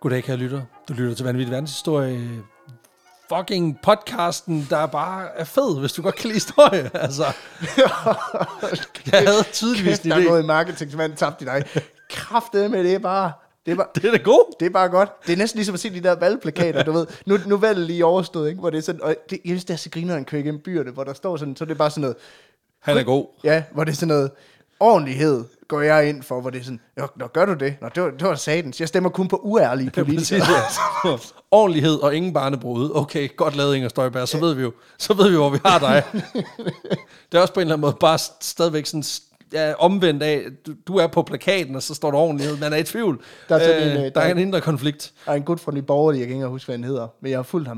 Goddag, kære lytter. Du lytter til Vanvittig Verdenshistorie. Fucking podcasten, der bare er fed, hvis du godt kan lide historie. Altså, jeg havde tydeligvis en idé. Der er noget i marketing, tabt i dig. Kraftedeme med det er bare... Det er da god. Det er bare godt. Det er næsten ligesom at se de der valgplakater, du ved. Nu valget lige overstået, ikke? Hvor det er sådan... Og det, jeg synes, det er så griner, han kører igennem byerne, hvor der står sådan... Så det er bare sådan noget... Han er god. Ja, hvor det er sådan noget... Ordentlighed går jeg ind for, hvor det er sådan... Nå, gør du det? Nå, det var satans. Jeg stemmer kun på uærlige politikere. Ja, ordentlighed og ingen barnebrud. Okay, godt lavet, Inger Støjberg. Så ved vi, hvor vi har dig. Det er også på en eller anden måde bare stadigvæk sådan... Ja, omvendt af, du er på plakaten, og så står der ordentlighed. Man er i tvivl. Der er en indre konflikt. Der er en gut fra Nye Borgerlige, jeg kan ikke huske, hvad han hedder. Men jeg har fulgt ham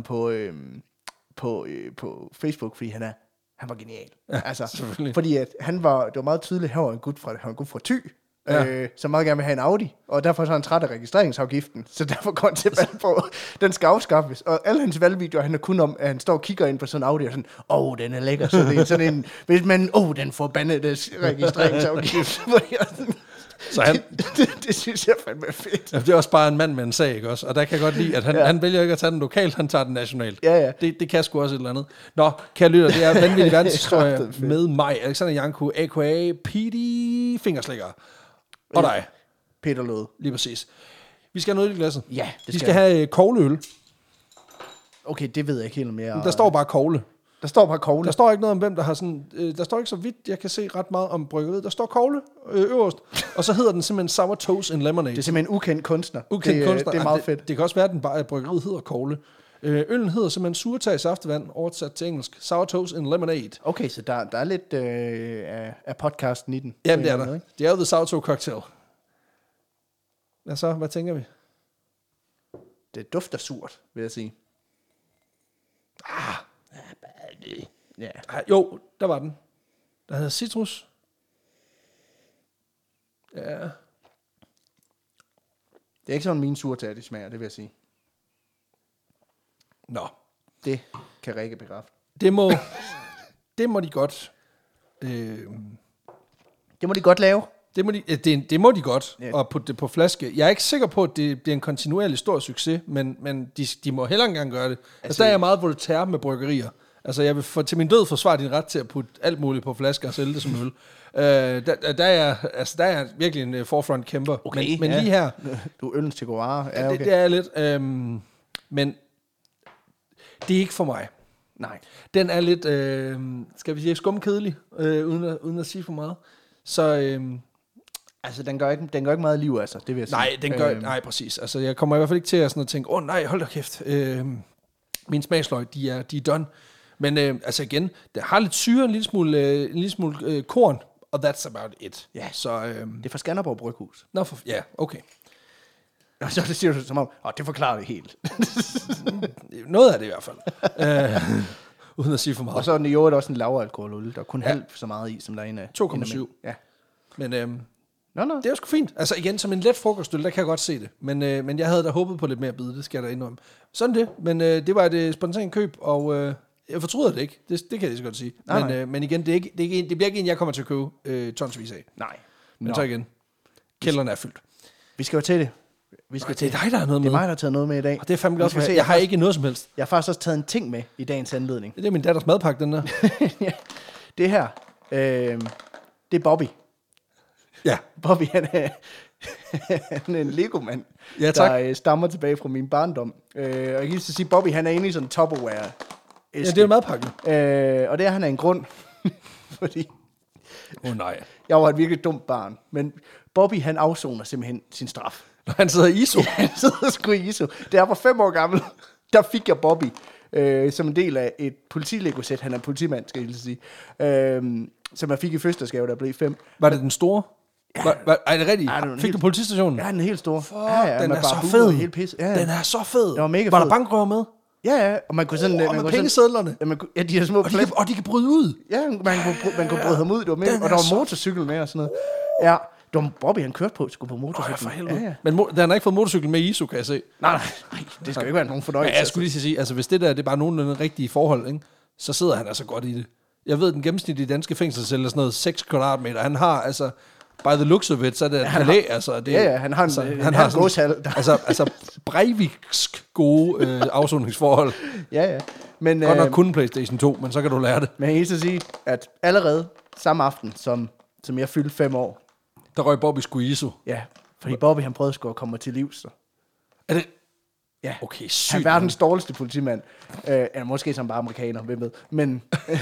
på Facebook, fordi han var genial. Ja, altså, fordi at det var meget tydeligt, at han var en gut fra Thy, som meget gerne vil have en Audi, og derfor så er han træt af registreringsafgiften, så derfor går han til valg på, den skal afskaffes, og alle hans valgvideoer handler kun om, at han står og kigger ind på sådan en Audi, og sådan, den er lækker, så det er sådan en, hvis man, den forbandede registreringsafgift, så det synes jeg fandme er fedt. Ja, det er også bare en mand med en sag, ikke også? Og der kan jeg godt lide, at han vælger ikke at tage den lokalt, han tager den nationalt. Ja. Det kan sgu også et eller andet. Nå, kære lytter, det er Vanvittig Verdenshistorie med mig, Alexander Janku, a.k.a. Petey Fingerslikker. Og dig. Peter Lode. Lige præcis. Vi skal have noget i glasset. Ja, Vi skal have kogleøl. Okay, det ved jeg ikke helt mere. Der står bare kogle. Der står bare kogle. Der står ikke noget om, hvem der har sådan... der står ikke så vidt, jeg kan se ret meget om bryggeriet. Der står kogle øverst, og så hedder den simpelthen Sour Toast and Lemonade. Det er simpelthen ukendt kunstner. Det er meget fedt. Det kan også være, at bryggeriet hedder kogle. Øllen hedder simpelthen surtag saftevand, oversat til engelsk. Sour Toast and Lemonade. Okay, så der er lidt af podcasten i den. Jamen, det er der. Det er jo The Sour Cocktail. Hvad så? Hvad tænker vi? Det dufter surt, vil jeg sige. Ja. Jo, der var den. Der hedder citrus. Ja. Det er ikke sådan, mine surtag, det smager, det vil jeg sige. Nå. Det kan Rikke bekræfte. Det må de godt. Det må de godt lave. Det må de godt, og putte det på flaske. Jeg er ikke sikker på, at det bliver en kontinuerlig stor succes, men de må heller ikke engang gøre det. Altså, der er jeg meget Voltaire med bryggerier. Altså, jeg vil til min død forsvare din ret til at putte alt muligt på flasker og sælge det som øl. Der er jeg virkelig en forefront kæmper. Okay, men lige her... Du er ølens til Guevara. Ja, okay. Det er lidt... men det er ikke for mig. Nej. Den er lidt, skal vi sige, skumkedelig, uden at sige for meget. Så... altså, den gør ikke meget liv, altså, det vil jeg sige. Nej, nej, præcis. Altså, jeg kommer i hvert fald ikke til at, sådan at tænke, nej, hold da kæft, min smagsløg, de er done. Men altså igen, det har lidt syre, en lille smule korn, og that's about it. Ja, så, det er fra Skanderborg Bryghus. Ja, okay. Og så det siger du som om, det forklarer det helt. Noget af det i hvert fald. Uden at sige for meget. Og så er den i øvrigt også en lavalkoholøl, der er kun halvt så meget i, som der er en af. 2,7. Ja. Men det er jo sgu fint. Altså igen, som en let frokostøl, der kan jeg godt se det. Men jeg havde da håbet på lidt mere bid, det skal jeg da indrømme. Sådan det. Men det var et spontant køb, og jeg fortryder det ikke. Det kan jeg lige så godt sige. Men igen, det bliver ikke en, jeg kommer til at købe tonsvis af. Nej. Men så igen, kælderen er fyldt. Vi skal jo til det. Det er dig, der har noget med. Det er mig, der har taget noget med i dag. Og det er fandme godt. Jeg har ikke noget som helst. Jeg har faktisk også taget en ting med i dagens anledning. Det er min datters madpakke, den der. Ja. Det her, det er Bobby. Ja. Bobby, han er en Lego-mand, ja, tak. Der stammer tilbage fra min barndom. Og jeg kan lige så sige, Bobby, han er inde i sådan en Tupperware. Ja, det er madpakken. Og det er han af en grund. Fordi... nej. Jeg var et virkelig dumt barn. Men Bobby, han afsoner simpelthen sin straf. Når han sidder i ISO? Ja, han sidder sgu i ISO. Da jeg var 5 år gammel, der fik jeg Bobby som en del af et politi-Lego-sæt. Han er politimand, skal jeg lige sige. Som jeg fik i fødselsdagsgave, der blev 5. Var det den store? Ja. Er det rigtigt? Fik du politistationen? Ja, den er helt stor. Den er så fed. Ja. Den er så fed. Den var mega fed. Var der bankrøver med? Ja, og man kunne sådan... og med pengesedlerne. Ja, de her små og de kan bryde ud. Ja, man kunne bryde ham ud. Det var mega, og der var motorcykel med og sådan noget. Ja, det var Bobby, han kørte på, skulle på motorcykel. For helvede. Ja. Men den har ikke fået motorcykel med ISO, kan jeg se. Nej, det skal jo ikke være nogen fornøjelse. Ja, jeg skulle lige sige, altså hvis det er bare nogenlunde rigtige forhold, ikke, så sidder han altså godt i det. Jeg ved, den gennemsnitlige danske fængselscelle er sådan noget 6 kvadratmeter. Han har altså by the looks of it, så er det et palæ, altså. Det, ja, han har en godshal. Altså Breiviksk gode afsoningsforhold. Ja. Men, godt nok kun PlayStation 2, men så kan du lære det. Men jeg kan så sige, at allerede samme aften, som jeg fyldte 5 år, der røg Bobby Squeezo. Ja, fordi Bobby han prøvede sgu at komme til livs. Så. Er det? Ja. Okay, sygt. Han er verdens dårligste politimand. Eller måske som bare amerikaner, hvem ved. Men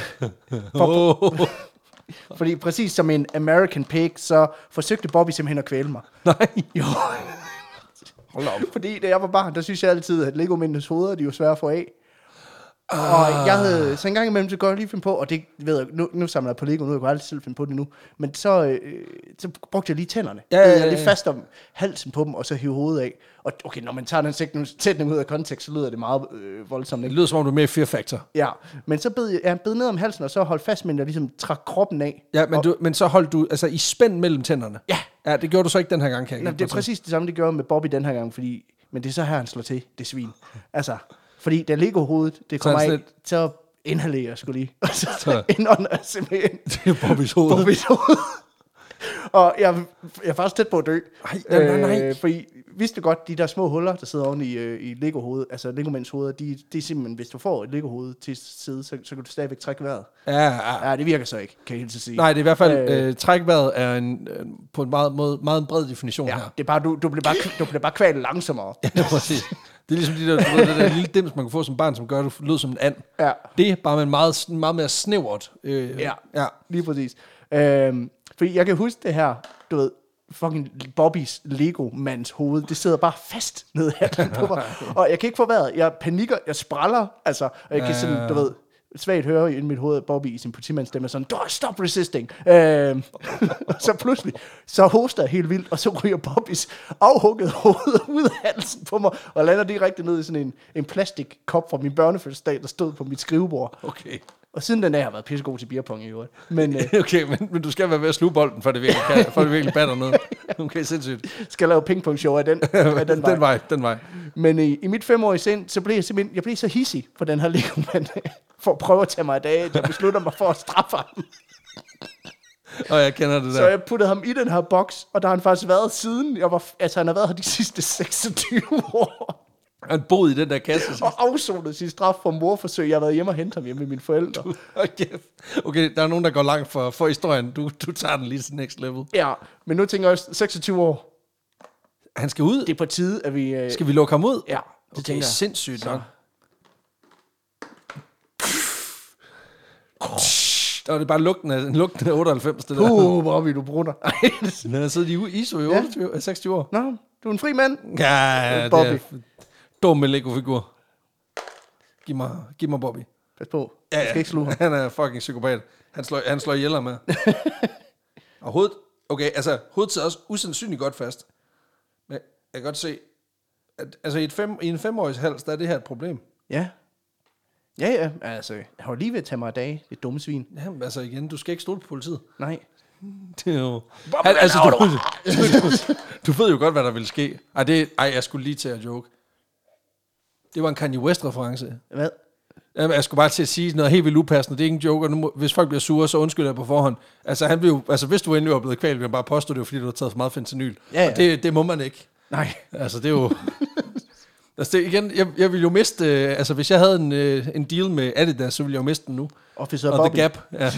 fordi præcis som en American Pig, så forsøgte Bobby simpelthen at kvæle mig. Nej. Jo. Hold op. Fordi da jeg var barn, der synes jeg altid, at Lego-mændenes hoveder, de er jo svære at få af. Og jeg havde så en gang imellem, så godt lige finde på, og det ved jeg, nu samler jeg på Lego, nu jeg kunne aldrig selv finde på det nu, men så brugte jeg lige tænderne. Jeg lige fast om halsen på dem, og så hive hovedet af. Og okay, når man tager den sætning ud af kontekst, så lyder det meget voldsomt. Ikke? Det lyder som om du er med i Fear Factor. Ja, men så bed jeg ned om halsen, og så holdt fast, men jeg ligesom trak kroppen af. Ja, men så holdt du altså i spænd mellem tænderne. Ja. Ja, det gjorde du så ikke den her gang, kan jeg. Nej, det er præcis det samme, det gjorde med Bobby den her gang, men det er så her, han slår til, det svin. Altså, fordi da Lego-hovedet, det kommer af, så inhalerer jeg skulle lige. Og så indånder jeg simpelthen. Det er Bobbys hoved. Bobbys hoved. Og jeg er faktisk tæt på at dø. Nej. Fordi vidste du godt, de der små huller, der sidder oven i Lego-hovedet, altså Lego-mænds hoveder, de er simpelthen, hvis du får et Lego-hoved til side, så kan du stadigvæk trække vejret. Ja, det virker så ikke, kan jeg helt sige. Nej, det er i hvert fald, trække vejret er på en meget bred definition her. Det er bare, du bliver bare kvalt langsommere. Ja, præcis. Det er ligesom det der lille dims, man kan få som barn, som gør, at du lød som en and. Ja. Det er bare med meget mere snævert. Ja, lige præcis. Fordi jeg kan huske det her, du ved, fucking Bobbys Lego-mands hoved, det sidder bare fast ned her på mig. Og jeg kan ikke få vejret. Jeg panikker, jeg spræller, altså, og jeg kan sådan, du ved, svagt høre i mit hoved, Bobby i sin politimandsstemme sådan, stop resisting. Så pludselig, så hoster jeg helt vildt, og så ryger Bobbys afhugget hoved ud af halsen på mig, og lander direkte ned i sådan en plastikkop fra min børnefødselsdag, der stod på mit skrivebord. Okay. Og siden den dag har jeg været pissegod til beerpong i øvrigt. Men, okay, men du skal være ved at sluge bolden, for det virkelig batter noget. Okay, sindssygt. Skal lave pingpong-show af den den vej. Men i mit 5-årige sind, så blev jeg blev så hissig for den her Lego-mand, for at prøve at tage mig af dage, at jeg beslutter mig for at straffe ham. Og jeg kender det der. Så jeg puttede ham i den her boks, og der har han faktisk været siden. Han har været her de sidste 26 år. Han boede i den der kasse. Og afsonet sin straf for morforsøg. Jeg har været hjemme og hentet ham hjemme med mine forældre. Okay, der er nogen, der går langt for historien. Du tager den lige til next level. Ja, men nu tænker jeg også 26 år. Han skal ud? Det er på tide, at vi... Skal vi lukke ham ud? Ja, det tænker jeg. Sindssygt nok. Der var det bare lugten af 98, det der. Bobby, du brutter. Han har siddet i ISO i 26 år. Nå, du er en fri mand. Ja, Bobby. Det er dumme Lego-figur. Giv mig Bobby. Pas på. Jeg skal ikke slå ham. Han er fucking psykopat. Han slår ihjel med. Og hovedet, okay, altså hovedet sidder også usandsynligt godt fast. Men jeg kan godt se, at altså i en 5-årig hals, der er det her et problem. Ja. Ja, altså, jeg har jo lige ved at tage mig af dage, det dumme svin. Jamen, altså igen, du skal ikke stole på politiet. Nej. Det er jo... du ved jo godt, hvad der vil ske. Jeg skulle lige til at joke. Det var en Kanye West-reference. Hvad? Jamen, jeg skulle bare til at sige noget helt vildt upassende. Det er ikke en joke, og nu hvis folk bliver sure, så undskylder jeg på forhånd. Altså, hvis du endelig var blevet kvalt, vil jeg bare påstå, det var fordi, du har taget for meget fentanyl. Ja. Og det må man ikke. Nej. Altså, det er jo... Altså det, igen, jeg ville jo miste, altså hvis jeg havde en deal med Adidas, så ville jeg jo miste den nu. Officer og Bobby. The Gap, ja.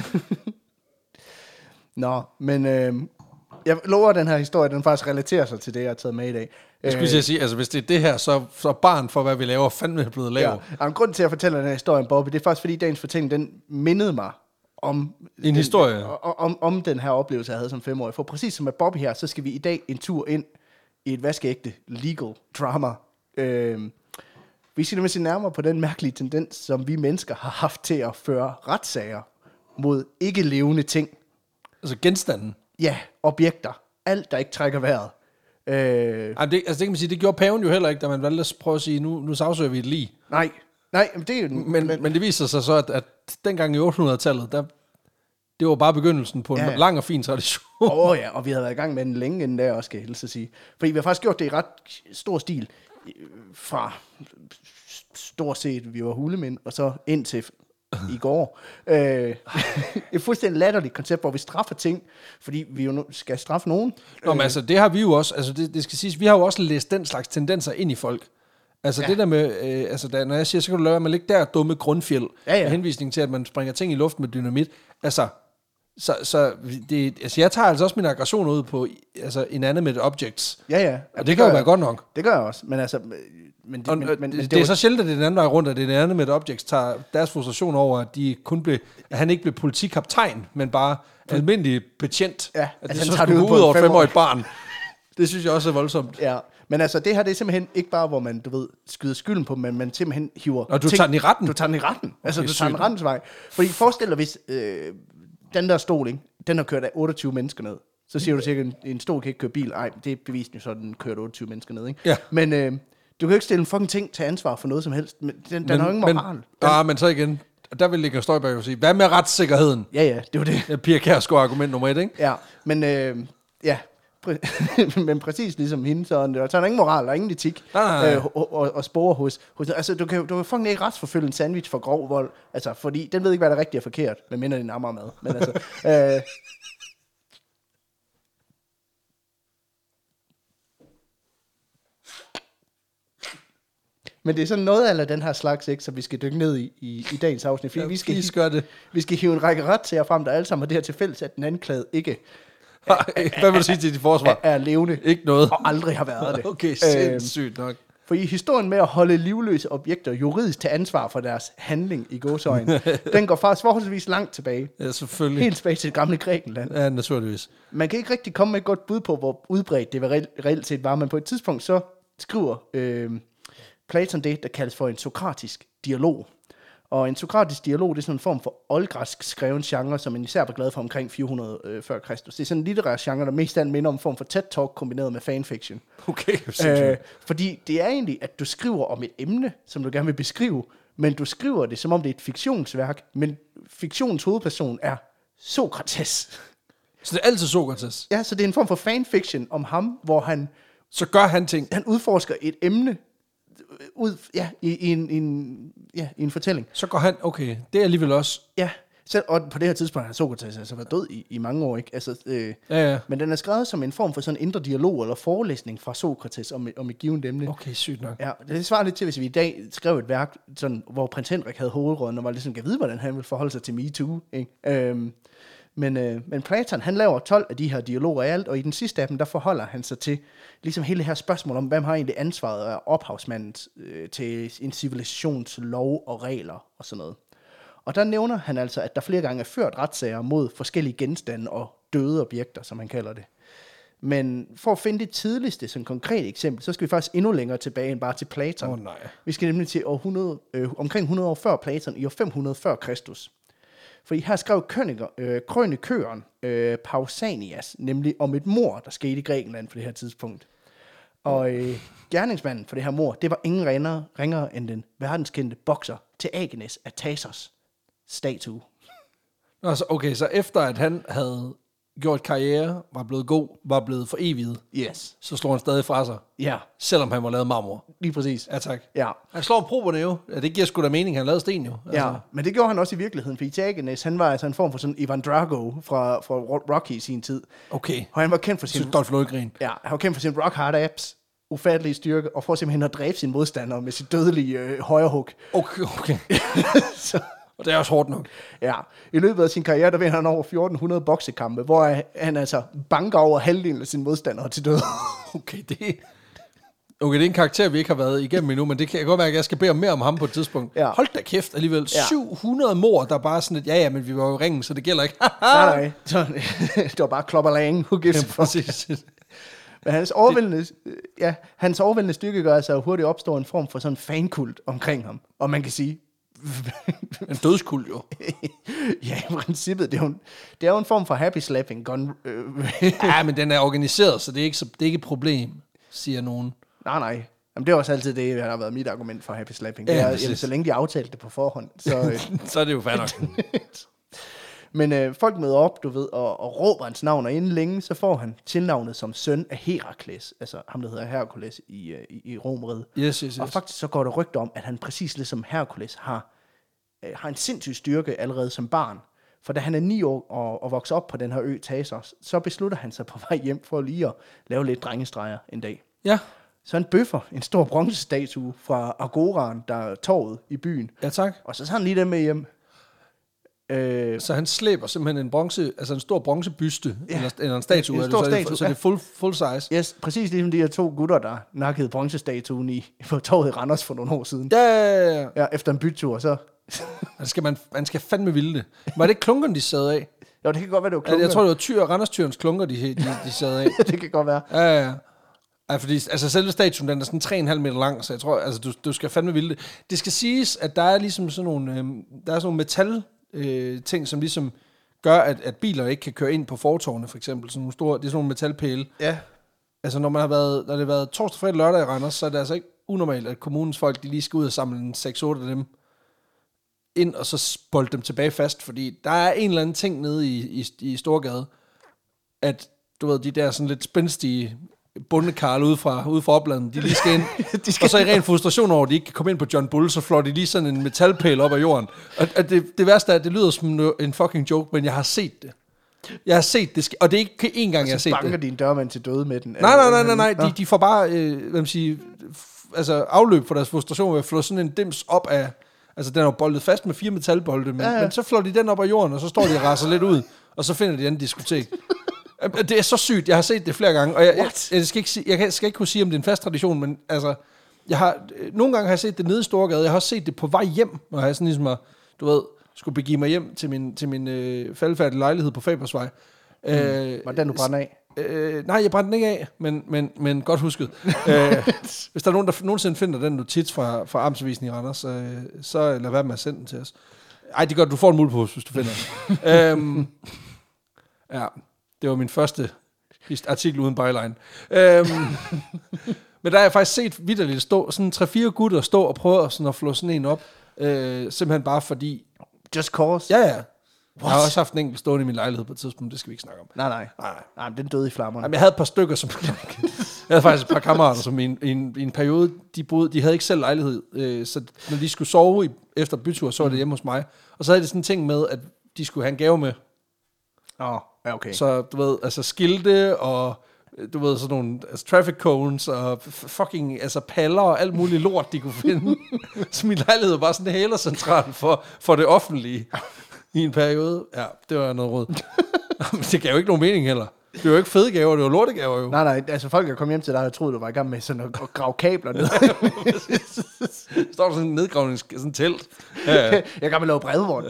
Nå, men jeg lover, at den her historie, den faktisk relaterer sig til det, jeg har taget med i dag. Jeg skulle sige, altså hvis det er det her, så barn for, hvad vi laver, fandme er blevet lavet. Ja, og grund til at fortælle den her historie om Bobby, det er faktisk fordi, dagens fortælling, den mindede mig om... historie? Om den her oplevelse, jeg havde som 5-årig. For præcis som med Bobby her, så skal vi i dag en tur ind i et vaskeægte legal drama. Vi skal nemlig se nærmere på den mærkelige tendens, som vi mennesker har haft til at føre retssager mod ikke levende ting. Altså genstanden? Ja, objekter. Alt, der ikke trækker vejret. Det kan man sige, det gjorde paven jo heller ikke, da man valgte at prøve at sige, nu sagsøger vi et lig. Nej, men det er jo... Men det viser sig så, at dengang i 800-tallet, det var bare begyndelsen på en lang og fin tradition. Ja, og vi havde været i gang med den længe inden der også, skal jeg helst at sige. Fordi vi har faktisk gjort det i ret stor stil, fra stort set, vi var hulemænd, og så ind til i går. Et fuldstændig latterligt koncept, hvor vi straffer ting, fordi vi jo skal straffe nogen. Men altså, det har vi jo også, altså det skal siges, vi har jo også læst den slags tendenser ind i folk. Altså det der med, når jeg siger, så kan du lade være med at ligge der dumme grundfjeld, med henvisning til, at man springer ting i luften med dynamit. Altså, jeg tager altså også min aggression ud på inanimate objects. Ja. Og det kan jo være godt nok. Det gør jeg også, men altså... det er så sjældent, at det er den anden vej rundt, at det inanimate objects tager deres frustration over, at han ikke blev politikaptajn, men bare almindelig betjent. Ja, at det så skulle gå ud over et 5-årigt barn. Det synes jeg også er voldsomt. Ja, men altså det her, det er simpelthen ikke bare, hvor man, du ved, skyder skylden på, men man simpelthen hiver... Og du tager den i retten? Du tager den i retten. Altså, du tager den rettens vej. Fordi forestil dig, hvis den der stol, ikke, den har kørt af 28 mennesker ned. Så siger du sikkert, en stol kan ikke køre bil. Ej, det er bevist jo så, den kørt 28 mennesker ned, ikke? Ja. Men du kan jo ikke stille en fucking ting til ansvar for noget som helst. Den har jo ingen moral. Men så igen, der vil Inger Støjberg jo sige, hvad med retssikkerheden? Ja, det var det. Ja, Pia Kjærsgaard argument nummer 1, ikke? Ja, men men præcis ligesom hende, så der er ingen moral og ingen etik og spore hos. Altså, du kan fucking ikke retsforfølge en sandwich for grov vold, altså, fordi den ved ikke, hvad der er rigtigt og forkert, medmindre din ammermad. Men altså... Men det er sådan noget af den her slags, ikke, som vi skal dykke ned i dagens afsnit. Fordi vi skal hive en række ret til jer frem, der alle sammen har det her til fælles, at den anklagede ikke hvad vil du sige til dit forsvar? Er levende. Ikke noget. Og aldrig har været det. Okay, sindssygt nok. For i historien med at holde livløse objekter juridisk til ansvar for deres handling i gåseøjne, den går faktisk forholdsvis langt tilbage. Ja, selvfølgelig. Helt tilbage til det gamle Grækenland. Ja, naturligvis. Man kan ikke rigtig komme med et godt bud på, hvor udbredt det reelt set var, men på et tidspunkt så skriver Platon det, der kaldes for en sokratisk dialog. Og en sokratisk dialog, det er sådan en form for oldgræsk skreven genre, som man især var glad for omkring 400 før Kristus. Det er sådan en litterær genre, der mest af minder om en form for TED-talk kombineret med fanfiction. Okay. Fordi det er egentlig, at du skriver om et emne, som du gerne vil beskrive, men du skriver det, som om det er et fiktionsværk, men fiktionens hovedperson er Sokrates. Så det er altid Sokrates? Ja, så det er en form for fanfiction om ham, hvor han... Så gør han ting? Han udforsker et emne, i en fortælling. Så går han, okay, det er alligevel også... Ja, og på det her tidspunkt har Sokrates altså været død i mange år, ikke? Altså, ja. Men den er skrevet som en form for sådan en indre dialog eller forelæsning fra Sokrates om et givet emne. Okay, sygt nok. Ja, det svarer lidt til, hvis vi i dag skrev et værk, sådan, hvor prins Henrik havde hovedrollen, og var ligesom, kan vide, hvordan han ville forholde sig til MeToo, ikke? Men Platon, han laver 12 af de her dialoger i alt, og i den sidste af dem, der forholder han sig til ligesom hele det her spørgsmål om, hvem har egentlig ansvaret af ophavsmanden til en civilisations lov og regler og sådan noget. Og der nævner han altså, at der flere gange er ført retssager mod forskellige genstande og døde objekter, som han kalder det. Men for at finde det tidligste, som konkret eksempel, så skal vi faktisk endnu længere tilbage end bare til Platon. Nej. Vi skal nemlig til omkring 100 år før Platon, i år 500 før Kristus. For her skrev krønikøren Pausanias nemlig om et mord, der skete i Grækenland på det her tidspunkt. Og gerningsmanden for det her mord, det var ingen ringere end den verdenskendte bokser Theagenes af Thasos statue. Altså, okay, så efter at han havde gjort karriere, var blevet god, var blevet for evigt, yes, så slår han stadig fra sig. Ja. Selvom han var lavet marmor. Lige præcis. Ja, tak. Ja. Han slår en prober jo. Ja, det giver sgu da mening, han lavede sten jo. Altså. Ja, men det gjorde han også i virkeligheden, for Theagenes, han var altså en form for sådan Ivan Drago fra Rocky i sin tid. Okay. Og han var kendt for sin... Dolph Lundgren. Ja, han var kendt for sin rock hard abs, ufattelige styrke, og for simpelthen at dræbe sine modstandere med sit dødelige højre hook. Okay. Så... Og det er også hårdt nok. Ja, i løbet af sin karriere, der vinder han over 1400 boksekampe, hvor han altså banker over halvdelen af sine modstandere til død. Okay, det er en karakter, vi ikke har været igennem endnu, men det kan godt være, at jeg skal bede om mere om ham på et tidspunkt. Ja. Hold da kæft alligevel. Ja. 700 mord, der bare sådan et, ja, men vi var jo i ringen, så det gælder ikke. Nej. Det var bare klopper lang. Who gives a fuck? Præcis. Men hans overvældende styrke gør altså hurtigt opstår en form for sådan en fankult omkring ham. Og man kan sige, en dødskult jo. Ja, i princippet. Det er jo en form for happy slapping gun. Ja, men den er organiseret, så det er ikke et problem, siger nogen. Nej. Jamen, det er også altid det, der har været mit argument for happy slapping. Det er, så længe de aftalte det på forhånd. Så er det jo fair nok. Men folk møder op, du ved, og råber hans navn, og inden længe, så får han tilnavnet som søn af Herakles, altså ham, der hedder Herkules i Romeriget. Yes. Og faktisk så går der rygter om, at han præcis ligesom Herkules har har en sindssyg styrke allerede som barn. For da han er 9 år og vokser op på den her ø Thasos, så beslutter han sig på vej hjem for lige at lave lidt drengestreger en dag. Ja. Så han bøffer en stor bronzestatue fra Agoraen, der er torvet i byen. Ja, tak. Og så tager han lige den med hjem. Så han slæber simpelthen en stor bronzebyste, eller en statue, en stor statue, så det er full size. Yes, præcis ligesom de her 2 gutter, der nakkede bronzestatuen på torvet i Randers for nogle år siden. Ja, efter en bytur, så... man skal fandme vilde det. Var det ikke klunkerne, de sad af? Jo, det kan godt være, det var klunker. Jeg tror, det var Randers-tyrens klunker, de sad af. Det kan godt være. Ja. Ja, fordi altså selve statuen, den er sådan 3,5 meter lang, så jeg tror, altså du skal fandme vilde det. Det skal siges, at der er ligesom sådan nogle, metal ting, som ligesom gør, at biler ikke kan køre ind på fortovene, for eksempel. Sådan nogle store, det er sådan nogle metalpæle. Ja. Altså når det har været torsdag, fredag, lørdag i Randers, så er det altså ikke unormalt, at kommunens folk, de lige skal ud og samle en 6-8 af dem ind, og så bolde dem tilbage fast, fordi der er en eller anden ting nede i Storgade, at du ved, de der sådan lidt spændstige bundekarl ude fra oplandet, de lige skal ind, og så i ren frustration over, at de ikke kan komme ind på John Bull, så flår de lige sådan en metalpæl op af jorden. Og det værste er, at det lyder som en fucking joke, men jeg har set det. Jeg har set det, og det er ikke én gang, jeg har set det. Så banker din dørmand til døde med den? Nej. De får bare, afløb for deres frustration ved at flå sådan en dims op af, altså den er jo boldet fast med 4 metalbolde, men så flår de den op af jorden, og så står de og raser lidt ud, og så finder de den diskotek. Det er så sygt, jeg har set det flere gange, og jeg skal ikke kunne sige, om det er en fast tradition, men altså, nogle gange har jeg set det nede i Storgade, jeg har også set det på vej hjem, og jeg sådan ligesom, skulle begive mig hjem til min faldfærdige lejlighed på Fabersvej. Var den, du brændte af? Nej, jeg brændte den ikke af, men godt husket. Hvis der er nogen, der nogensinde finder den notits fra Amtsavisen i Randers, så lad være med at sende den til os. Ej, det er godt, du får en mulighed på, hvis du finder den. Ja, det var min første artikel uden byline. Men der har jeg faktisk set vitterligt stå, sådan 3-4 gutter stå og prøve sådan at flå sådan en op. Simpelthen bare fordi... Just cause? Ja. Jeg har også haft en enkelt stående i min lejlighed på et tidspunkt, det skal vi ikke snakke om. Nej, men den døde i flammerne. Jamen, jeg havde et par stykker, som... jeg havde faktisk et par kammerater, som i en periode, de havde ikke selv lejlighed, så når de skulle sove efter bytur, så var det hjemme hos mig. Og så havde de sådan en ting med, at de skulle have en gave med. Ja, okay. Så du ved, altså skilte og du ved sådan nogle traffic cones og fucking paller og alt muligt lort de kunne finde. Så min lejlighed var bare sådan en hælercentral for det offentlige i en periode. Ja, det var noget råd. Men det gav jo ikke nogen mening heller. Det var jo ikke fede gaver, det var lortegaver jo. Nej, altså folk er kommet hjem til dig og troede, du var i gang med sådan at grave kabler ned. Står der sådan en nedgravning, sådan et telt. Ja. Jeg er gang med at lave bredvogn.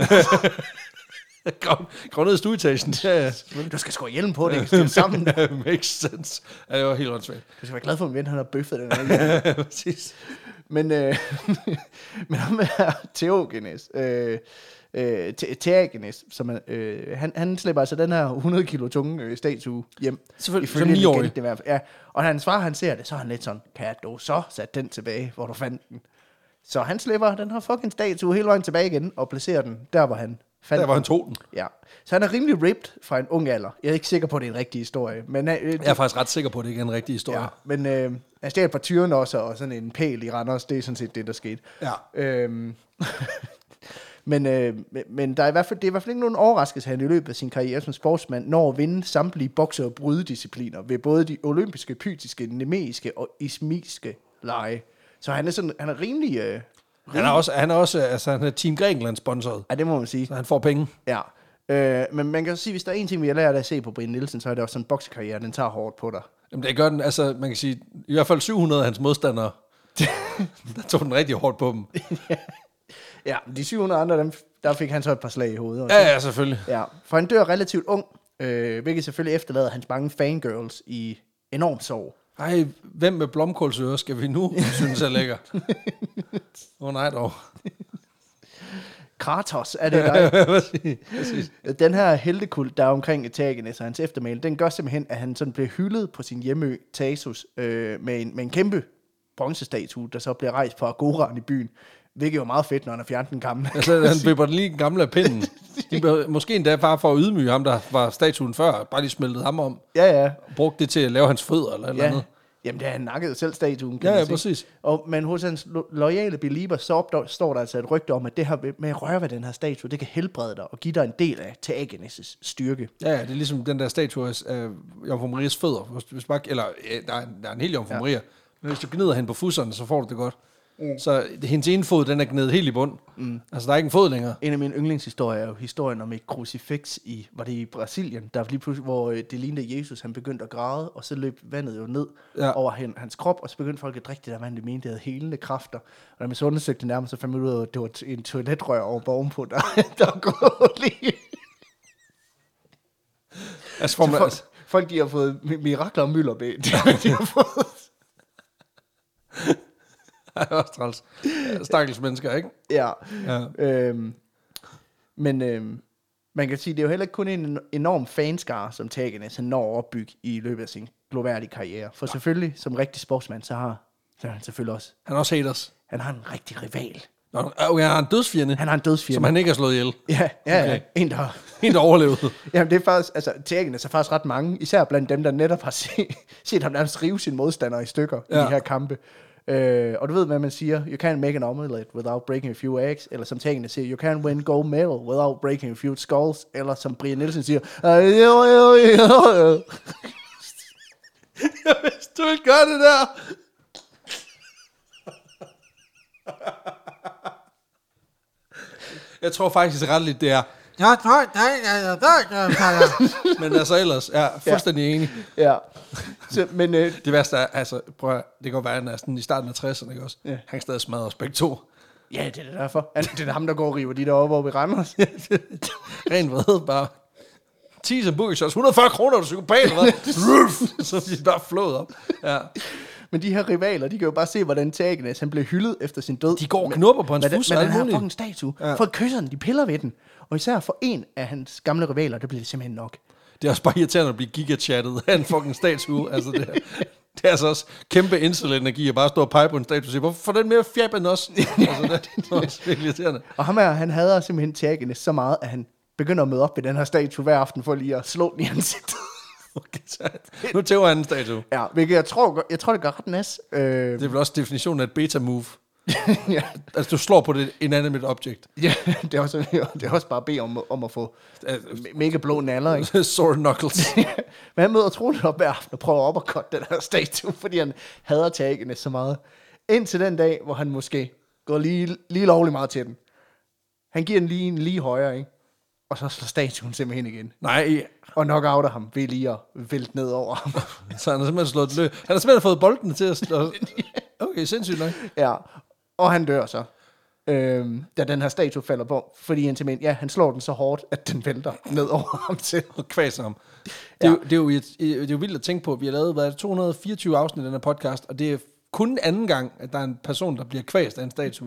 Grav ned i stueetagen. Ja. Du skal sgu hjelm på, det ikke stille sammen. Makes sense. Ja, det var helt åndssvagt. Du skal være glad for, at min ven han har bøffet den her. Ja, præcis. Men ham er Theogenes. Theagenes, som han slipper altså den her 100 kilo tunge statue hjem. Selvfølgelig, som 9-årig. Ja, og når hans far han ser det, så er han lidt sådan, kan du så sætte den tilbage, hvor du fandt den? Så han slipper den her fucking statue hele vejen tilbage igen, og placerer den der, hvor han fandt den. Der, hvor han tog den. Ja, så han er rimelig ripped fra en ung alder. Jeg er ikke sikker på, at det er en rigtig historie. Men, jeg er faktisk ret sikker på, at det ikke er en rigtig historie. Ja, men han stjal et par tyrene også, og sådan en pæl i Randers, det er sådan set det, der skete. Ja. Men der er det er i hvert fald ikke nogen overraskelse, at han i løbet af sin karriere som sportsmand når at vinde samtlige bokse- og brydediscipliner ved både de olympiske, pytiske, nemeiske og ismiske lege. Så han er rimelig... Han er også Team Grækenland sponsoret. Ja, det må man sige. Så han får penge. Ja. Men man kan sige, hvis der er en ting, vi har lært at se på Brian Nielsen, så er det også sådan en boksekarriere, den tager hårdt på dig. Jamen det gør den, altså man kan sige, i hvert fald 700 af hans modstandere, der tog den rigtig hårdt på dem. Ja, de 700 andre, der fik han så et par slag i hovedet. Ja, selvfølgelig. Ja, for han dør relativt ung, hvilket selvfølgelig efterlader hans mange fangirls i enorm sorg. Ej, hvem med blomkålsøre skal vi nu synes er lækker? Nej dog. Kratos, er det dig? Den her heltekult, der er omkring Theagenes og hans eftermæle, den gør simpelthen, at han sådan bliver hyldet på sin hjemø Thasos med en kæmpe bronzestatue, der så bliver rejst på Agoraen i byen. Hvilket er jo meget fedt, når han har fjernet den gamle. Altså, han vipper den lige den gamle af pinden. Måske endda bare for at ydmyge ham, der var statuen før. Bare lige smeltede ham om. Ja. Brugte det til at lave hans fødder eller andet. Jamen, det er han nakkede selv statuen, kan Ja, man sige. præcis. Men hos hans loyale belieber, så står der altså et rygte om, at det her med at røre ved den her statue, det kan helbrede dig og give dig en del af Theagenes' styrke. Ja, det er ligesom den der statue af Jomfru Marias fødder. Hvis bare, eller der er en hel Jomfru Maria. Men hvis du gnider hende på fusserne, så får du det godt. Så hendes ene fod, den er gnedet helt i bund. Altså, der er ikke en fod længere. En af mine yndlingshistorier er jo historien om et krucifiks var det i Brasilien, der lige pludselig, hvor det lignede Jesus, han begyndte at græde, og så løb vandet jo ned over hans krop, og så begyndte folk at drikke det der vand, det mente, det havde helende kræfter. Og da man så undersøgte det nærmest, så fandt man ud af, at det var en toiletrør over ovenpå, der var gået lige. Altså, folk, de har fået mirakler og mylderben. De har fået... Det er også træls. Stakkels mennesker, ikke? Ja. Men man kan sige, det er jo heller ikke kun en enorm fanskare, som Theagenes han når at opbygge i løbet af sin gloværdige karriere. For selvfølgelig, som rigtig sportsmand, så har han selvfølgelig også... Han har også haters. Han har en rigtig rival. Han har en dødsfjende. Han har en dødsfjende. Som han ikke har slået ihjel. Ja. Okay. En, der overlevede. Jamen, det er faktisk... Altså, Theagenes er faktisk ret mange, især blandt dem, der netop har set ham nærmest rive sine modstandere i stykker i de her kampe. Og du ved, hvad man siger, you can't make an omelette without breaking a few eggs, eller som Theagenes siger, you can't win gold medal without breaking a few skulls, eller som Brian Nielsen siger, jeg vidste, du ikke gør det der. Jeg tror faktisk retteligt, det er, men altså ellers, fuldstændig enig. Ja. Så, men, det værste er, altså, prøv at, det kan godt være, at han er sådan i starten af 60'erne, ikke også? Ja. Han kan stadig smadre os begge to. Ja, det er det derfor. Det er ham, der går og river de deroppe oppe i Randers. Ren vrede, bare 10 som boogie shots, 140 kroner, du psykopat, eller hvad? Så bliver de bare flået op. Ja. Men de her rivaler, de kan jo bare se, hvordan Theagenes, han blev hyldet efter sin død. De går og knupper på hans fus. Men den her fucking statue. Ja. Folk kysser den, de piller ved den. Og især for en af hans gamle rivaler, der bliver det simpelthen nok. Det er også bare irriterende at blive gigachattet af en fucking statue. Altså det er altså også kæmpe incel-energi at bare stå og pege på en statue og sige, hvorfor får den mere fjab end os? Altså det er også virkelig irriterende. Og ham her, han hader simpelthen Theagenes så meget, at han begynder at møde op ved den her statue hver aften for lige at slå den i ansigtet. Nu tæver han en statue. Ja, hvilket jeg tror det gør ret nas. Det er vel også definitionen af et beta-move. Ja. Altså, du slår på det inanimate object. Ja, det er også bare at bede om at få mega blå naller, ikke? Sore knuckles. Men han møder troligt op hver aften og prøver op at cutte den her statue, fordi han hader Theagenes så meget. Indtil den dag, hvor han måske går lige lovligt meget til den. Han giver den lige højere, ikke? Og så slår statuen simpelthen igen. Nej. Og knockouter ham ved lige at vælte ned over ham. Så han har simpelthen slået løb. Han har simpelthen fået bolden til at slå. Okay, sindssygt nok. Ja, og han dør så. Da den her statue falder på. Fordi han slår den så hårdt, at den vælter ned over ham til. Og kvaser ham. Det er jo vildt at tænke på. Vi har lavet 224 afsnit af den her podcast, og det er kun anden gang, at der er en person, der bliver kvæst af en statue.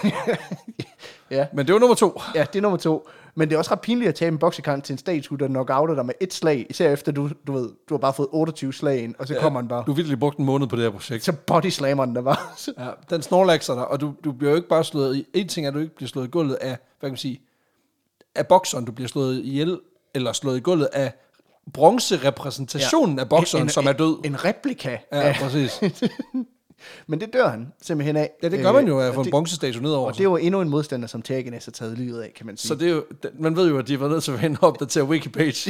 Ja. Men det var nummer 2. Ja, det er nummer 2. Men det er også ret pinligt at tage en boksekamp til en statue, der knockouter dig med et slag. Især efter, du ved, du har bare fået 28 slag ind, og så kommer den bare. Du har virkelig brugt en måned på det her projekt. Så bodyslammer den der bare. Ja, den snorlaxer dig, og du bliver jo ikke bare slået i. En ting er, at du ikke bliver slået i gulvet af, hvad kan man sige, af bokseren. Du bliver slået ihjel, eller slået i gulvet af bronzerepræsentationen af bokseren, som er død. En replika. Ja, præcis. Men det dør han simpelthen af. Ja, det gør man jo at få en bronzestatue nedover. Og det er jo endnu en modstander, som Theagenes har taget livet af, kan man sige. Så det er jo, man ved jo, at de var nødt til at opdatere Wikipage.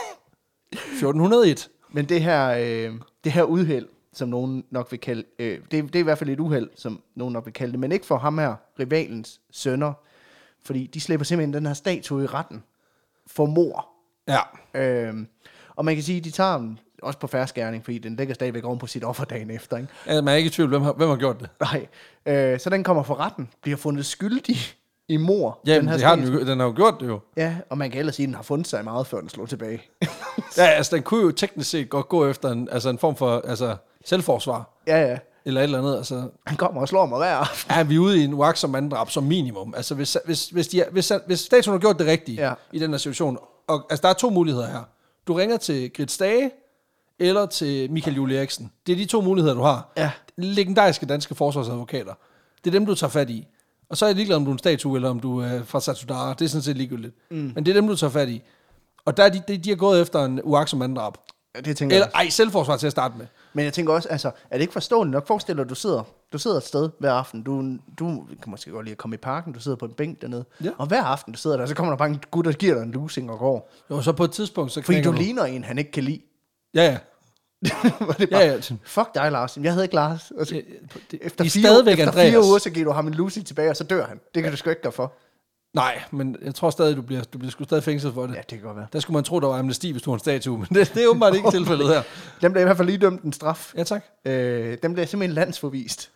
1401. Men det her uheld, som nogen nok vil kalde, det er i hvert fald et uheld, som nogen nok vil kalde det, men ikke for ham her, rivalens sønner, fordi de slipper simpelthen den her statue i retten for mord. Ja. Og man kan sige, at de tager dem også på færdsgerning, fordi den ligger stadigvæk oven på sit offer dagen efter, ikke? Ja, man er ikke i tvivl, hvem har gjort det. Nej. Så den kommer for retten, bliver fundet skyldig i mord. Ja, den har jo gjort det jo. Ja, og man kan ellers sige, at den har fundet sig meget, før den slog tilbage. Ja, altså den kunne jo teknisk set godt gå efter en form for selvforsvar. Ja. Eller et eller andet. Altså. Han kommer og slår mig hver aften. Ja, vi er ude i en uagtsom manddrab som minimum. Altså hvis statuen har gjort det rigtige i den her situation, og altså der er 2 muligheder her. Du ringer til Grit Stage, eller til Michael Juhl Eriksen. Det er de 2 muligheder, du har. Ja. Legendariske danske forsvarsadvokater. Det er dem, du tager fat i. Og så er jeg ligeglad, om du er en statue, eller om du er fra Satudarah. Det er sådan set ligegyldigt. Men det er dem, du tager fat i. Og der er de har gået efter en uagtsom manddrab. Ja, det tænker eller selvforsvar til at starte med. Men jeg tænker også, altså, er det ikke forståeligt nok? Forestil dig, du sidder et sted hver aften. Du kan måske godt lide at komme i parken. Du sidder på en bænk dernede. Ja. Og hver aften, du sidder der, så kommer der bare en gut, der giver dig en lusing og går. Jo, så på et tidspunkt, så fordi du ligner en, han ikke kan lide. Ja. Det bare, fuck dig, Lars. Jeg hedder ikke Lars. Så, efter 4 uger, så giver du ham en lusing tilbage, og så dør han. Det kan du sgu ikke gøre for. Nej, men jeg tror stadig, du bliver sgu stadig fængslet for det. Ja, det kan godt være. Der skulle man tro, der var amnesti, hvis du var en statue, men det er åbenbart ikke tilfældet her. Dem blev i hvert fald lige dømt en straf. Ja, tak. Dem blev simpelthen landsforvist.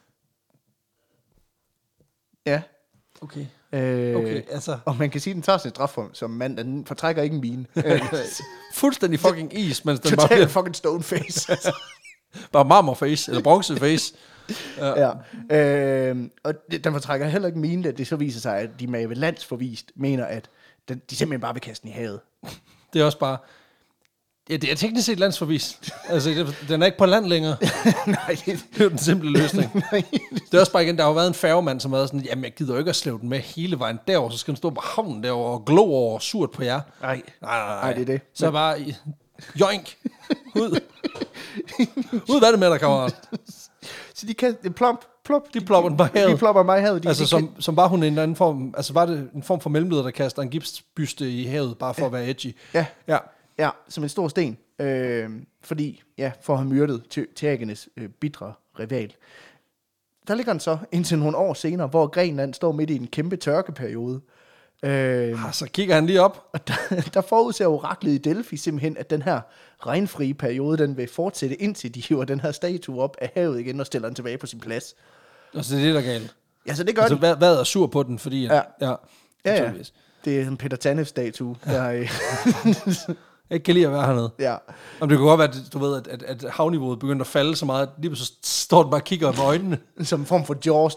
Ja. Okay. Okay, altså. Og man kan sige, at den tager sin straf som mand, den fortrækker ikke en mine. Fuldstændig fucking is, mens den bare fucking stone face. Bare marmorface, eller bronzeface. Ja. Og den fortrækker heller ikke mine, at det så viser sig, at de med landsforvist mener, at de simpelthen bare vil kaste den i havet. Det er også bare... Ja, det er teknisk set landsforvist. Altså, den er ikke på land længere. Nej. Det er jo den simple løsning. Det er også bare igen, der har jo været en færgemand, som har været sådan, jamen jeg gider jo ikke at slæve den med hele vejen derover, så skal den stå på havnen derovre og glo over surt på jer. Nej, det er det. Så bare, joink, ud. Ud, hvad er det med dig, kammerat? Så de kan, plop. De plopper den bare i havet. De plopper mig i havet. Altså, som var hun en eller anden form, altså var det en form for mellemleder, der kaster en gipsbyste i havet, bare for at være edgy. Ja, som en stor sten. Fordi, for at have myrdet Theagenes bitre rival. Der ligger den så indtil nogle år senere, hvor Grækenland står midt i en kæmpe tørkeperiode. Så kigger han lige op. Og der forudser oraklet i Delphi simpelthen, at den her regnfrie periode, den vil fortsætte, indtil de hiver den her statue op af havet igen og stiller den tilbage på sin plads. Og så det er det, der er galt. Ja, så det gør altså, hvad er sur på den, fordi... Ja. Det er en Peter Tanev-statue. Jeg kan lide at være hernede. Ja. Om det kunne godt være, at du ved, at havniveauet begynder at falde så meget, at lige så står den bare og kigger med øjnene. Som en form for Jaws.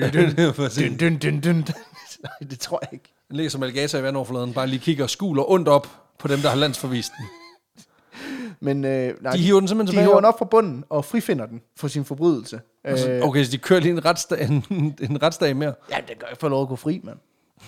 Dyn. Nej, det tror jeg ikke. Den ligger som alligator i vandoverfladen, bare lige kigger og skuler ondt op på dem, der har landsforvist den. Men nej, de hiver den simpelthen tilbage. De hiver den op fra bunden og frifinder den for sin forbrydelse. Okay, så de kører lige en retsdag mere. Ja, det gør ikke for lov at gå fri, mand.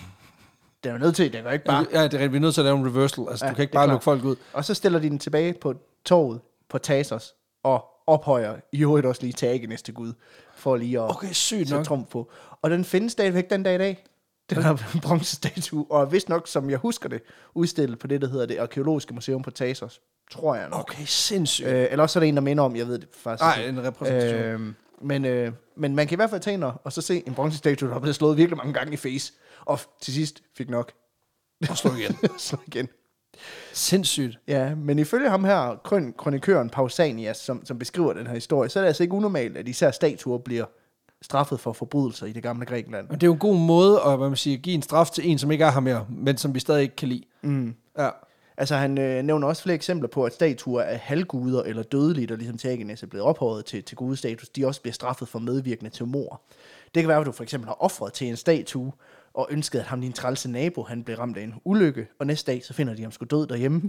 Det er jo nødt til, det gør ikke bare... Ja, det er rigtigt. Vi er nødt til at lave en reversal. Altså, du kan ikke bare lukke folk ud. Og så stiller de den tilbage på torvet på Thasos, og ophøjer i øvrigt også lige Theagenes til Gud, for lige at sætte trumf på. Og den findes stadigvæk den dag i dag. Den her bronzestatue, og vist nok, som jeg husker det, udstillet på det, der hedder det Arkæologiske Museum på Thasos. Tror jeg nok. Okay, sindssygt. Eller også er det en, der minder om, jeg ved det faktisk. Nej, en repræsentation. Men man kan i hvert fald tage ind og så se en bronzestatue, der er blevet slået virkelig mange gange i face. Og til sidst fik nok. Og slå igen. Sindssygt. Ja, men ifølge ham her, kronikøren Pausanias, som beskriver den her historie, så er det altså ikke unormalt, at især statuer bliver straffet for forbrydelser i det gamle Grækenland. Og det er jo en god måde at give en straf til en, som ikke er her mere, men som vi stadig ikke kan lide. Mm. Ja. Altså han nævner også flere eksempler på, at statuer af halvguder eller dødelige, der ligesom Theagenes er blevet ophøjet til gudestatus, de også bliver straffet for medvirkende til mord. Det kan være, at du for eksempel har offret til en statue, og ønsket, at ham din trælse nabo, han blev ramt af en ulykke, og næste dag, så finder de ham sgu død derhjemme.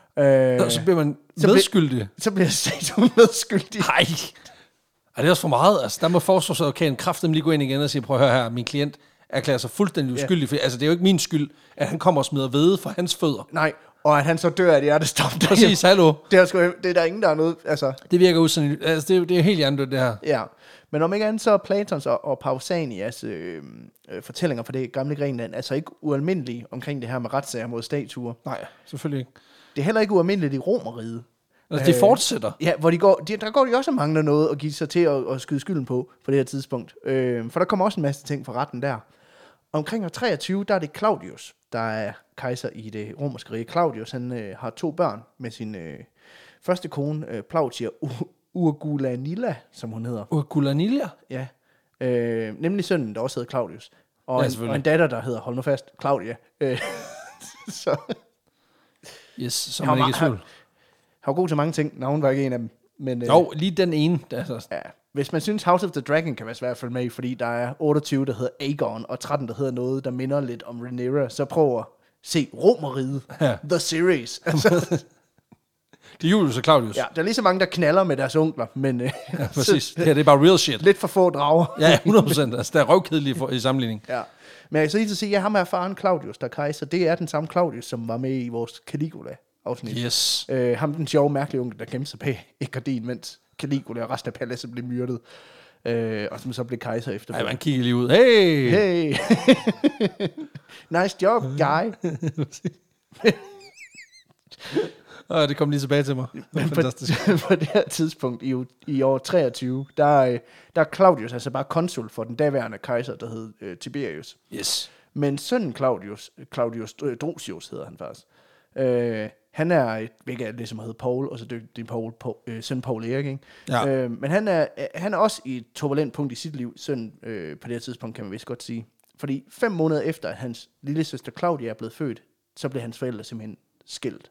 Så bliver man medskyldig. Så bliver statuen medskyldig. Nej. Er det også for meget? Altså, der må forsvarsadvokaten kraftigt lige gå ind igen og sige, prøv at høre her, min klient erklærer sig fuldstændig uskyldig. For, altså, det er jo ikke min skyld, at han kommer og smider hvede fra hans fødder. Nej, og at han så dør af et hjertestop. Præcis, hallo. Det er der ingen, der er noget, altså. Det virker usynligt. Altså, det er helt hjernedødt, det her. Ja, men om ikke andet, så er Platons og Pausanias fortællinger fra det gamle Grækenland altså ikke ualmindelige omkring det her med retssager mod statuer. Nej, selvfølgelig ikke. Det er heller ikke ualmindeligt i Romerriget. Altså, det fortsætter. Ja, hvor der går de også og mangler noget at give sig til at skyde skylden på det her tidspunkt. For der kommer også en masse ting fra retten der. Omkring år 23, der er det Claudius, der er kejser i det romerske rige. Claudius, han har 2 børn med sin første kone, Plautia Urgulanilla, som hun hedder. Urgulanilla? Ja. Nemlig sønnen, der også hedder Claudius. Og en datter, der hedder, hold nu fast, Claudia. Så. Yes, så man ikke i tvivl. Han var god til mange ting, når hun var ikke en af dem. Men, jo, lige den ene. Altså. Ja, hvis man synes House of the Dragon kan være svært at følge med i, fordi der er 28, der hedder Aegon, og 13, der hedder noget, der minder lidt om Rhaenyra, så prøv at se Romerriget, The Series. Altså. Det er Julius og Claudius. Ja, der er lige så mange, der knaller med deres onkler, men... ja, præcis. Det er bare real shit. Lidt for få drager. Ja, 100%. Altså, der er røvkedelige i sammenligning. Ja. Men jeg kan så lige sige, at ham er faren Claudius, der er kejser. Det er den samme Claudius, som var med i vores Caligula-afsnit. Yes. Ham den sjove, mærkelige onkel, der gemte sig bag et gardin, mens Caligula og resten af paladset blev myrdet. Og som så blev kejser efter. Ej, man kigger lige ud. Hey! Nice job, guy. Det kom lige tilbage til mig. Men på det her tidspunkt i år 23, der er Claudius altså bare konsul for den daværende kejser, der hed Tiberius. Yes. Men sønnen Claudius Drusius hedder han faktisk. Han er, hvilket er det, som hedder Paul, og så din søn Paul Erik, ikke? Ja. Men han er også i et turbulent punkt i sit liv, søn på det her tidspunkt, kan man vist godt sige. Fordi 5 måneder efter, at hans lille søster Claudia er blevet født, så blev hans forældre simpelthen skilt.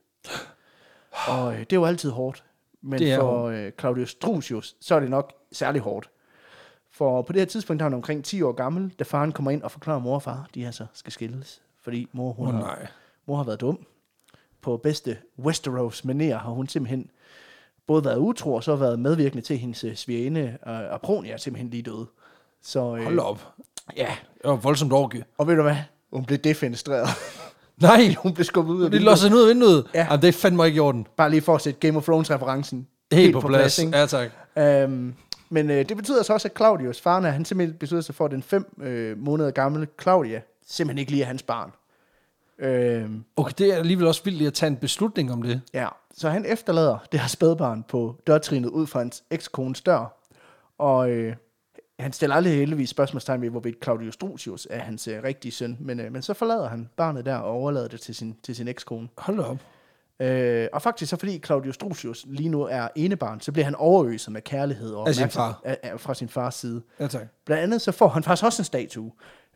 Og det er jo altid hårdt. Men for Claudius Drusius, så er det nok særlig hårdt. For på det her tidspunkt, der er han omkring 10 år gammel, da faren kommer ind og forklarer mor og far, de altså skal skilles. Fordi mor har været dum. På bedste Westeros-manér har hun simpelthen både været utro, og så været medvirkende til hendes svigerinde, Apronia er simpelthen lige døde. Så, hold op. Ja. Det var voldsomt orgie. Og ved du hvad? Hun blev defenestreret. Nej! Hun blev skubbet ud af vinduet. De låser ud af vinduet? Ja. Jamen, det er fandme ikke i orden. Bare lige for at sætte Game of Thrones-referencen helt på plads. Ja, tak. Men det betyder så også, at Claudius, faren han simpelthen beslutter sig for, at den 5 måneder gamle Claudia simpelthen ikke lige er hans barn. Okay, det er alligevel også vildt at tage en beslutning om det. Ja, så han efterlader det her spædbarn på dørtrinet ud fra hans ekskones dør. Og han stiller aldrig heldigvis spørgsmålstegn ved, hvorvidt Claudius Drusius er hans rigtige søn. Men så forlader han barnet der og overlader det til sin ekskone. Hold op. Og faktisk så fordi Claudius Drusius lige nu er enebarn, så bliver han overøset med kærlighed og fra sin fars side. Ja, tak. Blandt andet så får han faktisk også en statue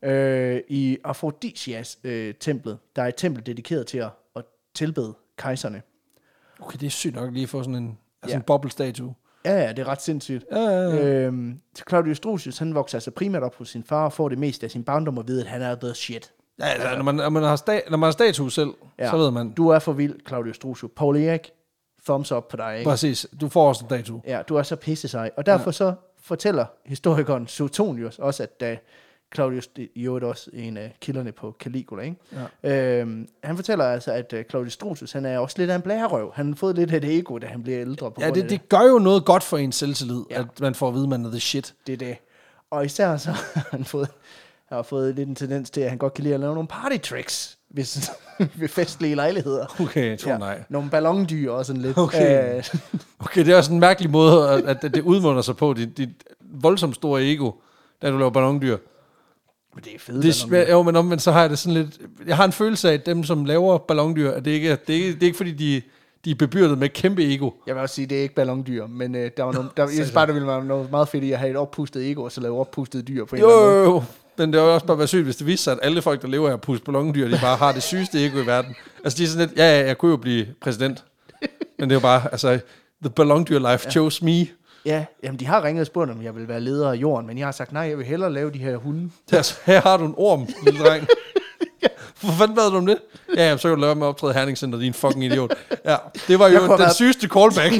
i Aphrodisias templet. Der er et tempel dedikeret til at tilbede kejserne. Okay, det er sygt nok lige at få sådan en bobbelstatue. Ja, det er ret sindssygt. Ja. Claudius Drusius, han vokser altså primært op hos sin far og får det meste af sin barndom at vide, at han er the shit. Ja, altså, når man har statue selv, så ved man. Du er for vild, Claudius Drusius. Paul Erik, thumbs up på dig, ikke? Præcis. Du får også en statue. Ja, du er så pisse sej. Og derfor så fortæller historikeren Suetonius også, at da Claudius, i øvrigt også en af kilderne på Caligula, ikke? Ja. Han fortæller altså, at Claudius Drusius, han er også lidt af en blærerøv. Han har fået lidt af et ego, da han bliver ældre. På det gør jo noget godt for ens selvtillid, at man får at vide, at man er the shit. Det er det. Og især så har han fået lidt en tendens til, at han godt kan lide at lave nogle party tricks ved festlige lejligheder. Okay, jeg tror nej. Nogle ballondyr og sådan lidt. Okay. Okay, det er også en mærkelig måde, at det udmunder sig på. Dit voldsomt store ego, da du laver ballondyr. Men det er fedt. Jo, men omvendt så har jeg det sådan lidt. Jeg har en følelse af, at dem, som laver ballondyr, at det er ikke fordi, de er bebyrdet med kæmpe ego. Jeg vil også sige, det er ikke ballondyr, men jeg synes bare, der ville være noget meget fedt i at have et oppustet ego, og så lave oppustede dyr på en eller anden måde. Men det er også bare være sygt, hvis det viser sig, at alle folk, der lever af at puste ballondyr, de bare har det sygeste ego i verden. Altså, de er sådan lidt, jeg kunne jo blive præsident. Men det er jo bare, altså, the ballondyr life chose me. Ja, jamen de har ringet og spurgt, om jeg vil være leder af jorden, men jeg har sagt, nej, jeg vil hellere lave de her hunde. Altså, her har du en orm, lille dreng. Hvor fanden bad du om det? Ja, så kan du lave med at optræde Herningscenter, din fucking idiot. Ja, det var jo den sygeste callback.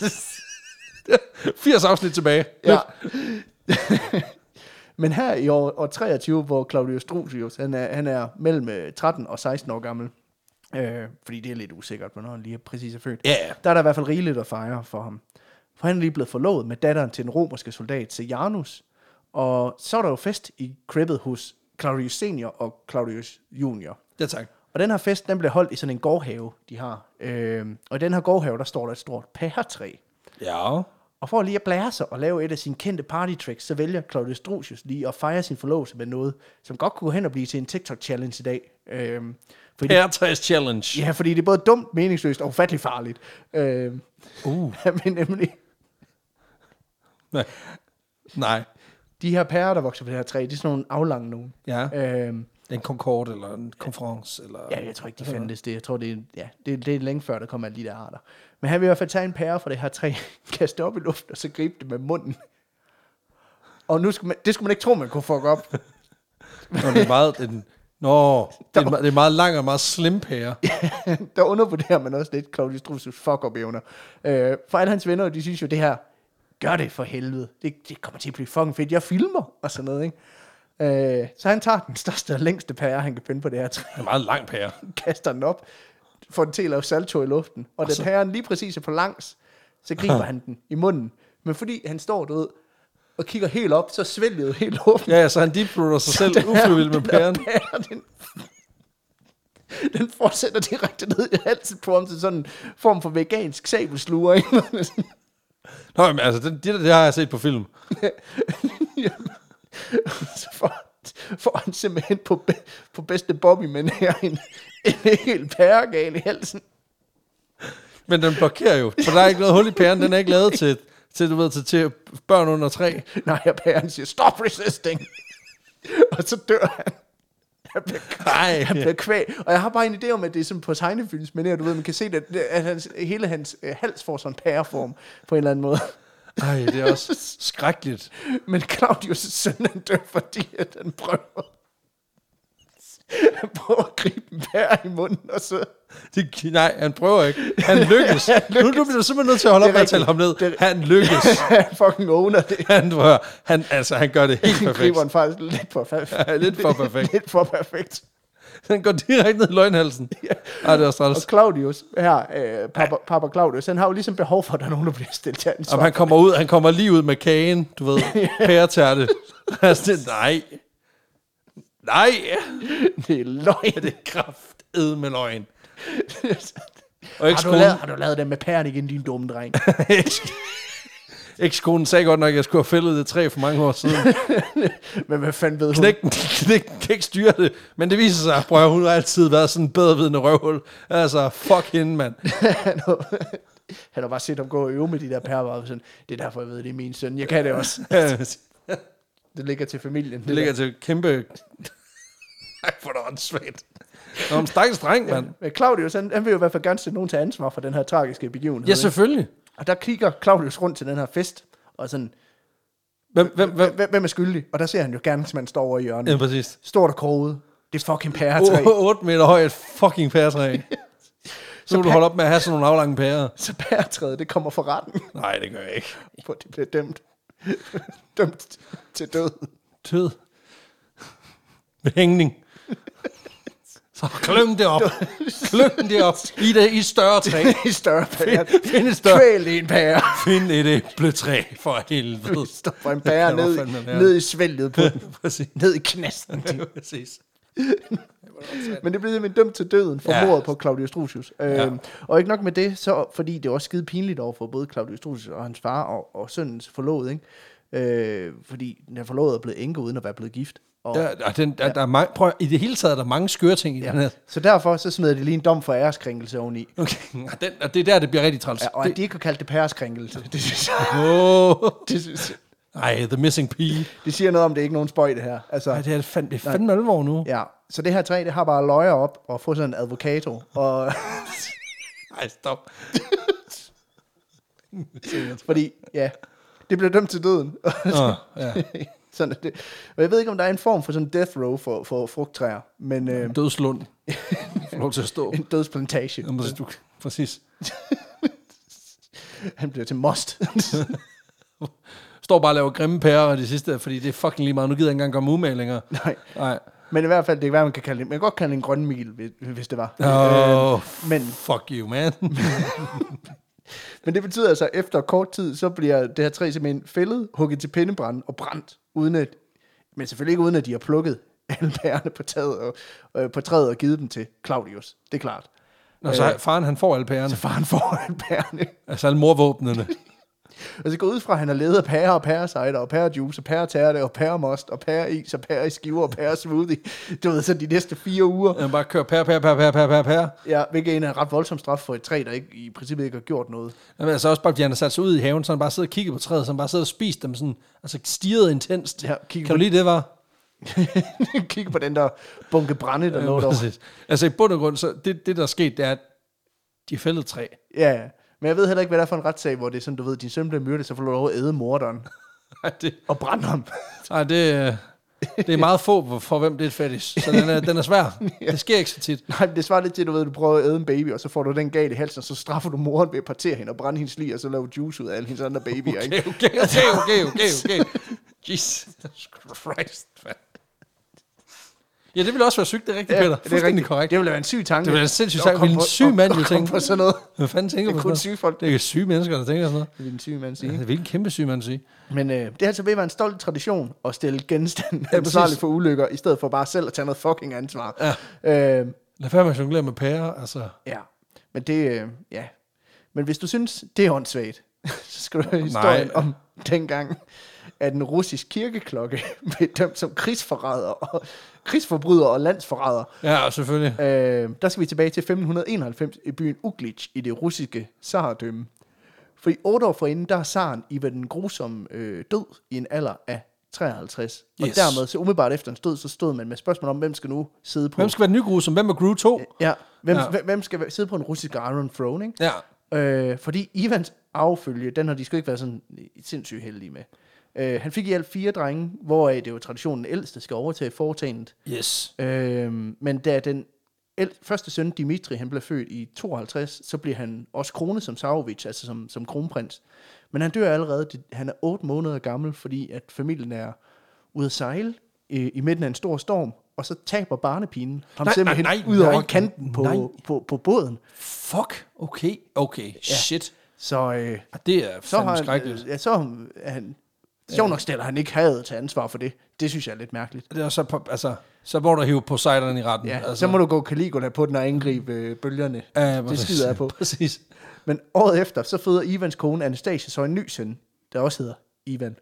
80 afsnit tilbage. Ja. Men her i år 23, hvor Claudius Drusius, han er mellem 13 og 16 år gammel, fordi det er lidt usikkert, hvornår han lige er præcis født. Yeah. Der er der i hvert fald rigeligt at fejre for ham. For han er lige blevet forlovet med datteren til den romerske soldat Sejanus, og så er der jo fest i cribbet hos Claudius Senior og Claudius Junior. Ja, tak. Og den her fest, den bliver holdt i sådan en gårdhave, de har. Og i den her gårdhave, der står der et stort pæretræ. Ja. Og for lige at blære sig og lave et af sine kendte party tricks, så vælger Claudius Drusius lige at fejre sin forlovelse med noget, som godt kunne gå hen og blive til en TikTok-challenge i dag. Pæretræs-challenge. Ja, fordi det er både dumt, meningsløst og ufattelig farligt. Men nemlig... Nej. De her pærer, der vokser på det her træ, det er sådan nogle aflange nogen. Ja. En Concorde eller en konference eller... Ja, jeg tror ikke, de fandtes det. Jeg tror, det er længe før, der kommer alle de der arter. Men han vil i hvert fald tage en pære fra det her træ, kaste op i luften, og så gribe det med munden. Og nu det skulle man ikke tro, man kunne fuck op. Det er meget lang og meget slim pære. Der undervurderer man også lidt Claudius Drusius fuck-up-evner. For alle hans venner, de synes jo, det her, gør det for helvede. Det kommer til at blive fucking fedt. Jeg filmer og sådan noget, ikke? Så han tager den største og længste pære, han kan finde på det her træ. Det er en meget lang pære. Kaster den op, får den til at lave salto i luften. Og da pæren lige præcis er på langs, så griber han den i munden, Men fordi han står, du ved, og kigger helt op, så svælger helt åbent. Ja, så han deepthroater sig selv ufrivilligt med pæren. Den fortsætter direkte ned i halsen på ham til sådan en form for vegansk sabelsluger. Nå, men altså, det har jeg set på film. Så får han simpelthen på bedste Bobby, men her en helt pæregal i halsen. Men den blokerer jo, for der er ikke noget hul i pæren. Den er ikke lavet til børn under 3. Nej, og pæren siger, stop resisting. Og så dør han. Han bliver kvæg. Og jeg har bare en idé om, at det er sådan på tegnefilms, men du ved, man kan se, at hele hans hals får sådan en pæreform på en eller anden måde. Ej, det er også skrækkeligt. Men Claudius' søn, han dør, fordi at han prøver at gribe en pære i munden, og så... Nej, han prøver ikke. Han lykkes. Nu bliver du simpelthen nødt til at holde op med at tale ham ned. Han lykkes. Han fucking owner det. Han gør det helt perfekt. Han griber den faktisk lidt for perfekt. Lidt for perfekt. Han går direkte ned i løgnhalsen. Ja. Ej, det er træls. Og Claudius, Papa Claudius, han har jo ligesom behov for, at der er nogen, der bliver stillet til ansvar. Han kommer lige ud med kagen, du ved, pæretærte. Nej. Det er løgn. Det er kraftedme med løgn. Og har du lavet det med pæren igen, din dumme dreng? Ekskonen sagde godt nok, at jeg skulle have fældet det træ for mange år siden. Men hvad fanden ved hun? Knækken kan ikke styre det. Men det viser sig, at hun har altid været sådan en bedrevidende røvhul. Altså, fuck hende, mand. Han har bare set ham gå og øve med de der pærer. Sådan, det er derfor, jeg ved, det er min søn. Jeg kan det også. Det ligger til familien. Det ligger til kæmpe... Ej, hvor er det åndssvagt. Nå, en stakkels dreng, mand. Men Claudius, han vil jo i hvert fald gerne sætte nogen til ansvar for den her tragiske begivenhed. Ja, selvfølgelig. Og der kigger Claudius rundt til den her fest, og sådan... Hvem er skyldig? Og der ser han jo gerningsmanden står over i hjørnet. Ja, præcis. Står der koget. Det er fucking pæretræ. 8 meter højt fucking pæretræ. Så du holde op med at have sådan nogle aflange pærer. Så pæretræet, det kommer for retten. Nej, det gør jeg ikke. For de bliver dømt til død. Død. Ved hængning. Så klyng det op. Klyng det op. I større træ. I større pære. Find et større. Kvæl i en pære. Find et æbletræ for helvede. Stop for en pære ned i svælget på den. Præcis. Ned i knasten. Præcis. Men det blev simpelthen dømt til døden for mordet på Claudius Drusus. Og ikke nok med det, så fordi det var også skide pinligt over for både Claudius Drusus og hans far og sønnens forlovede, ikke? Fordi den er forlovet og blevet enke uden at være blevet gift. Og, der er mange, i det hele taget er der mange skøre ting i den her. Så derfor så smider de lige en dom for æreskrænkelse oveni. Okay, det er der, det bliver rigtig træls. Ja, og at de ikke har kaldt det pæreskrænkelse, det synes jeg. Det synes jeg. Ej, the missing pea. Det siger noget om, det er ikke nogen spøj, det her. Altså, nej, det er fandme alvor nu. Ja, så det her træ, det har bare løjer op og få sådan en advokato. Og ej, stop. Fordi, ja, det blev dømt til døden. Ja. Sådan er det. Og jeg ved ikke, om der er en form for sådan death row for frugttræer, men... Dødslund. Får lov til at stå. En dødsplantage. Præcis. Han bliver til most. Står bare og laver grimme pærer de sidste, fordi det er fucking lige meget. Nu gider jeg ikke engang komme ud længere. Nej. Men i hvert fald, det kan være, man kan kalde det. Man kan godt kalde det en grøn mil, hvis det var. Men fuck you, man. Men det betyder altså, at efter kort tid, så bliver det her træ simpelthen fældet, hugget til pindebrand og brændt, men selvfølgelig ikke uden at de har plukket alle pærerne på træet og givet dem til Claudius. Det er klart. Nå, så faren han får alle pærerne. Så faren får alle pærerne. Altså alle morvåbnene. Og så går ud fra, at han har ledet af pære og pærecider og pærejuice og pæretærte og pæremost og pæreis og pæreskiver og pæresmoothie. Du ved, så de næste 4 uger. Han bare kører pære. Ja, hvilket er en ret voldsom straf for et træ, der ikke, i princippet ikke har gjort noget. Jamen altså også bare, fordi han har sat sig ud i haven, så han bare sidder og kigger på træet, så han bare sidder og spiser dem sådan, altså stirret intenst. Ja, kan du lide det, var? Kigge på den der bunke brænde, der lå der. Altså i bund og grund, så det der er sket, det er, at de er fældet træ. Ja, men jeg ved heller ikke, hvad det er for en retssag, hvor det er sådan, du ved, din søn bliver myrdet, så får du lov at æde morderen. Og brænde ham. Nej, det er meget få for hvem det er et fetish, så den er svær. Ja. Det sker ikke så tit. Nej, det svarer lidt til, du prøver at æde en baby, og så får du den galt i halsen, og så straffer du moren ved at partere hende og brænde hendes lig, og så laver juice ud af alle hendes andre babyer. Okay. Jesus Christ, man. Ja, det ville også være sygt, det er rigtigt, Peter. Det er rigtig korrekt. Det ville være en syg tanke. Det ville være en sindssyg tanke. Vil en syg mand jo tænke på sådan noget. Hvad fanden tænker det på kun syge folk. Det er jo syge mennesker, der tænker sådan noget. Det vil en syg mand sige. Ja, det vil en kæmpe syg mand sige. Men det er altså ved at være en stolt tradition at stille genstande ansvarligt for ulykker, i stedet for bare selv at tage noget fucking ansvar. Ja. Lad være med at jonglere med pærer, altså. Ja, men det, Men hvis du synes, det er åndssvagt, så skal du høre historien om dengang, at en russisk kirkeklokke blev dømt som krigsforbryder og landsforræder. Ja, selvfølgelig. Der skal vi tilbage til 1591 i byen Uglitch i det russiske zardømme. For i 8 år forinden, der er zaren Ivan den Grusomme død i en alder af 53. Og dermed, så umiddelbart efter hans død, så stod man med spørgsmål om, hvem skal nu sidde på... Hvem skal være den nye Grusom? Hvem er Gru 2? Ja, hvem skal sidde på en russisk Iron Throne, ikke? Ja. Fordi Ivans arvefølge, den har de sgu ikke været sådan sindssygt heldige med. Han fik i alt 4 drenge, hvoraf det var traditionen, den ældste skal overtage foretagendet. Yes. Men da den første søn, Dimitri, han blev født i 52, så bliver han også kronet som Zarovich, altså som kronprins. Men han dør allerede, han er 8 måneder gammel, fordi at familien er ude at sejle i midten af en stor storm, og så taber barnepigen ham simpelthen ud over kanten på båden. Fuck, okay, shit. Så det er fandme skrækkeligt. Ja, så er han... Sjov nok stiller han ikke havet til ansvar for det. Det synes jeg er lidt mærkeligt. Det er så må du hive Poseidon i retten. Ja, så må du gå Caligula på den og angribe bølgerne. Det skider jeg på. Præcis. Men året efter, så føder Ivans kone Anastasia så en ny søn, der også hedder Ivan.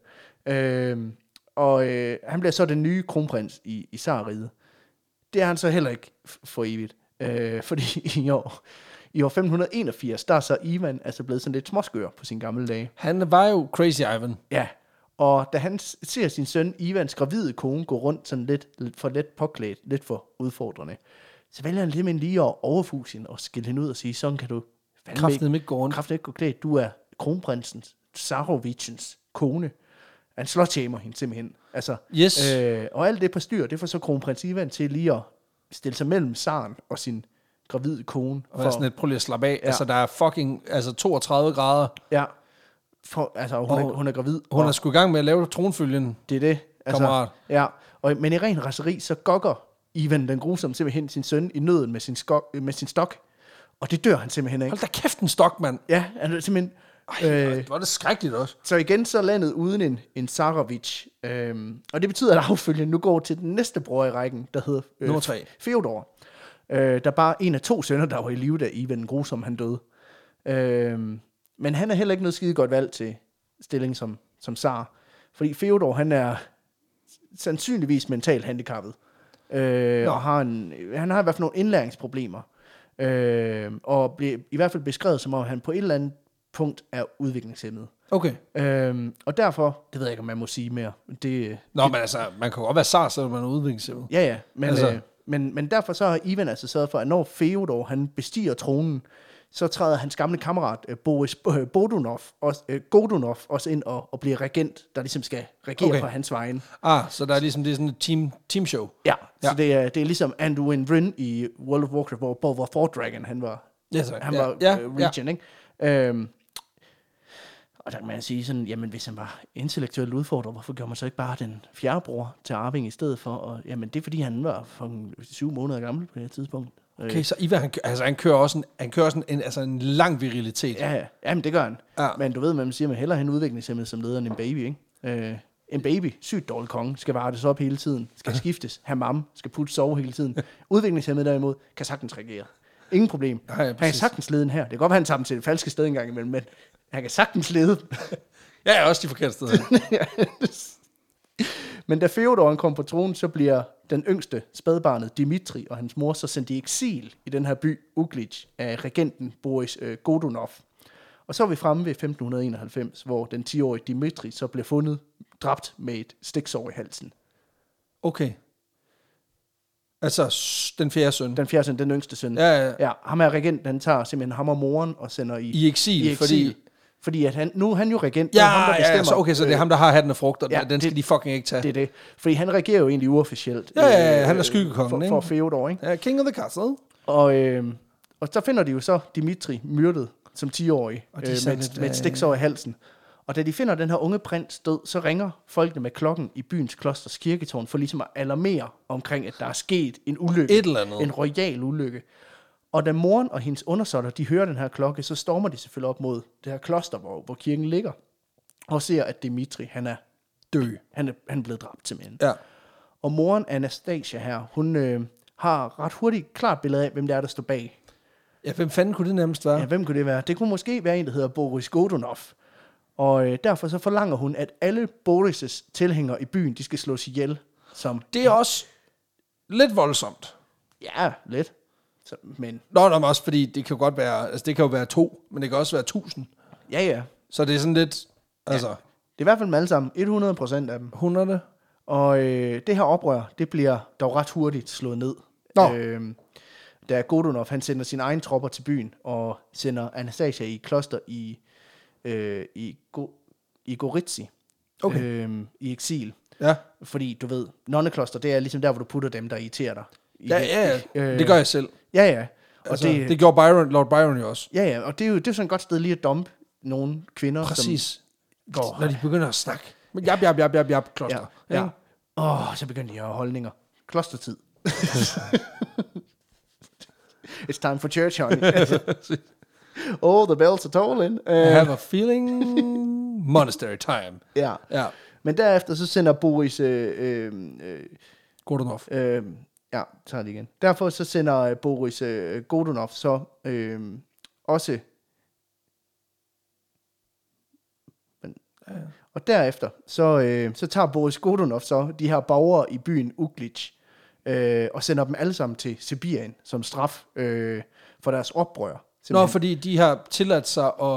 Han bliver så den nye kronprins i Tsarriget. Det er han så heller ikke for evigt. Fordi i år 1581, der er så Ivan altså blevet sådan lidt småskør på sine gamle dage. Han var jo Crazy Ivan. Ja, og da han ser sin søn Ivans gravide kone gå rundt sådan lidt for let påklædt, lidt for udfordrende, så vælger han lidt lige at overfuse hende og skille hende ud og sige, sådan kan du kraften ikke gå rundt. Kraften ikke gå klædt. Du er kronprinsens, Zarovichens kone. Han slåtjæmer hende simpelthen. Altså, yes. Og alt det på styr, det får så kronprins Ivan til lige at stille sig mellem zaren og sin gravide kone. Og sådan et, prøv lige at slappe af. Ja. Altså, der er fucking 32 grader. Ja. Hun er gravid. Hun er sgu i gang med at lave tronfølgen. Det er det. Altså, kammerat. Ja. Men i ren raseri, så gokker Ivan den Grusomme simpelthen sin søn i nøden med sin stok. Og det dør han simpelthen ikke. Hold da kæft en stok, mand. Ja, han er simpelthen... det var det skrækkeligt også. Så igen så landet uden en Zarovich. Og det betyder, at affølgen nu går til den næste bror i rækken, der hedder nummer 3. Feodor. Der er bare en af 2 sønner, der var i live, da Ivan den Grusomme han døde. Men han er heller ikke noget skide godt valg til stilling som zar. Fordi Feodor, han er sandsynligvis mentalt handicappet. Og han har i hvert fald nogle indlæringsproblemer. Og bliver i hvert fald beskrevet som om, han på et eller andet punkt er udviklingshæmmet. Okay. Og derfor, det ved jeg ikke, om man må sige mere. Men altså, man kan godt være zar, selvom man er udviklingshæmmet. Ja, men derfor så har Ivan altså sørget for, at når Feodor, han bestiger tronen, så træder hans gamle kammerat Boris Godunov også ind og bliver regent, der ligesom skal regere på hans vegne. Så der er ligesom, det er sådan et teamshow. Ja, så det er ligesom Anduin Wrynn i World of Warcraft, hvor Bolvar Fordragon, han var Regent, ikke? Og der kan man sige sådan, jamen hvis han var intellektuelt udfordret, hvorfor gjorde man så ikke bare den 4. bror til arving i stedet for? Og, jamen det er fordi, han var 7 måneder gammel på det her tidspunkt. Okay, så Ivan, han kører også en lang virilitet. Ja, men det gør han. Ja. Men du ved, man siger, man hellere have en udviklingshæmmet som leder end en baby, ikke? En baby, sygt dårlig konge, skal vartes op hele tiden, skal skiftes, have mam, skal putte sove hele tiden. Udviklingshæmmet derimod, kan sagtens reagere. Ingen problem. Han kan sagtens lede den her. Det kan godt være, han tager dem til det falske sted engang imellem, men han kan sagtens lede. Ja, også de forkerte steder. Men da Feodor kom på tronen, så bliver den yngste spædbarnet Dimitri og hans mor så sendt i eksil i den her by Uglitch af regenten Boris Godunov. Og så er vi fremme ved 1591, hvor den 10-årige Dimitri så bliver fundet dræbt med et stiksår i halsen. Okay. Altså den 4. søn. Den 4. søn, den yngste søn. Ja. Ham er regenten, han tager simpelthen ham og moren og sender i eksil. Fordi at nu er han jo regent. Så det er ham, der har hatten og frugter. Ja, den skal de fucking ikke tage. Det er det. Fordi han regerer jo egentlig uofficielt. Han er skyggekongen, for Feodor, ikke? Ja, King of the Castle. Og så finder de jo så Dimitri myrdet som 10-årig med et stiksår i halsen. Og da de finder den her unge prins død, så ringer folkene med klokken i byens klosters kirketårn, for ligesom at alarmere omkring, at der er sket en ulykke. Et eller andet. En royal ulykke. Og da moren og hendes undersåtter, de hører den her klokke, så stormer de selvfølgelig op mod det her kloster, hvor kirken ligger, og ser, at Dimitri, han er død. Han er blevet dræbt simpelthen. Ja. Og moren Anastasia her, hun har ret hurtigt klart billede af, hvem det er, der står bag. Ja, hvem fanden kunne det nærmest være? Ja, hvem kunne det være? Det kunne måske være en, der hedder Boris Godunov. Og derfor så forlanger hun, at alle Boris' tilhængere i byen, de skal slås ihjel. Det er også lidt voldsomt. Ja, lidt. Men men også fordi det kan jo godt være, altså det kan jo være 2, men det kan også være 1000. Ja. Så det er sådan lidt, altså. Ja. Det er i hvert fald dem alle sammen, 100% af dem. 100. Og det her oprør, det bliver dog ret hurtigt slået ned. Da Godunov, han sender sine egne tropper til byen, og sender Anastasia i kloster i Goritsi, i eksil. Ja. Fordi, du ved, nonnekloster, det er ligesom der, hvor du putter dem, der irriterer dig. Ja. Det gør jeg selv. Ja. Og altså, det gjorde Lord Byron jo også. Ja, og det er jo sådan et godt sted lige at dumpe nogle kvinder. Præcis. Når de begynder at snakke. Jap, kloster. Ja. Så begynder de at have holdninger. Klostertid. It's time for church, honey. The bells are tolling. I have a feeling monastery time. Ja. Men derefter så sender Boris Godunov. Tager det igen. Derfor så sender Boris Godunov så også. Og derefter så tager Boris Godunov så de her borgere i byen Uglitch og sender dem alle sammen til Sibirien som straf for deres oprør. Nå, fordi de har tilladt sig at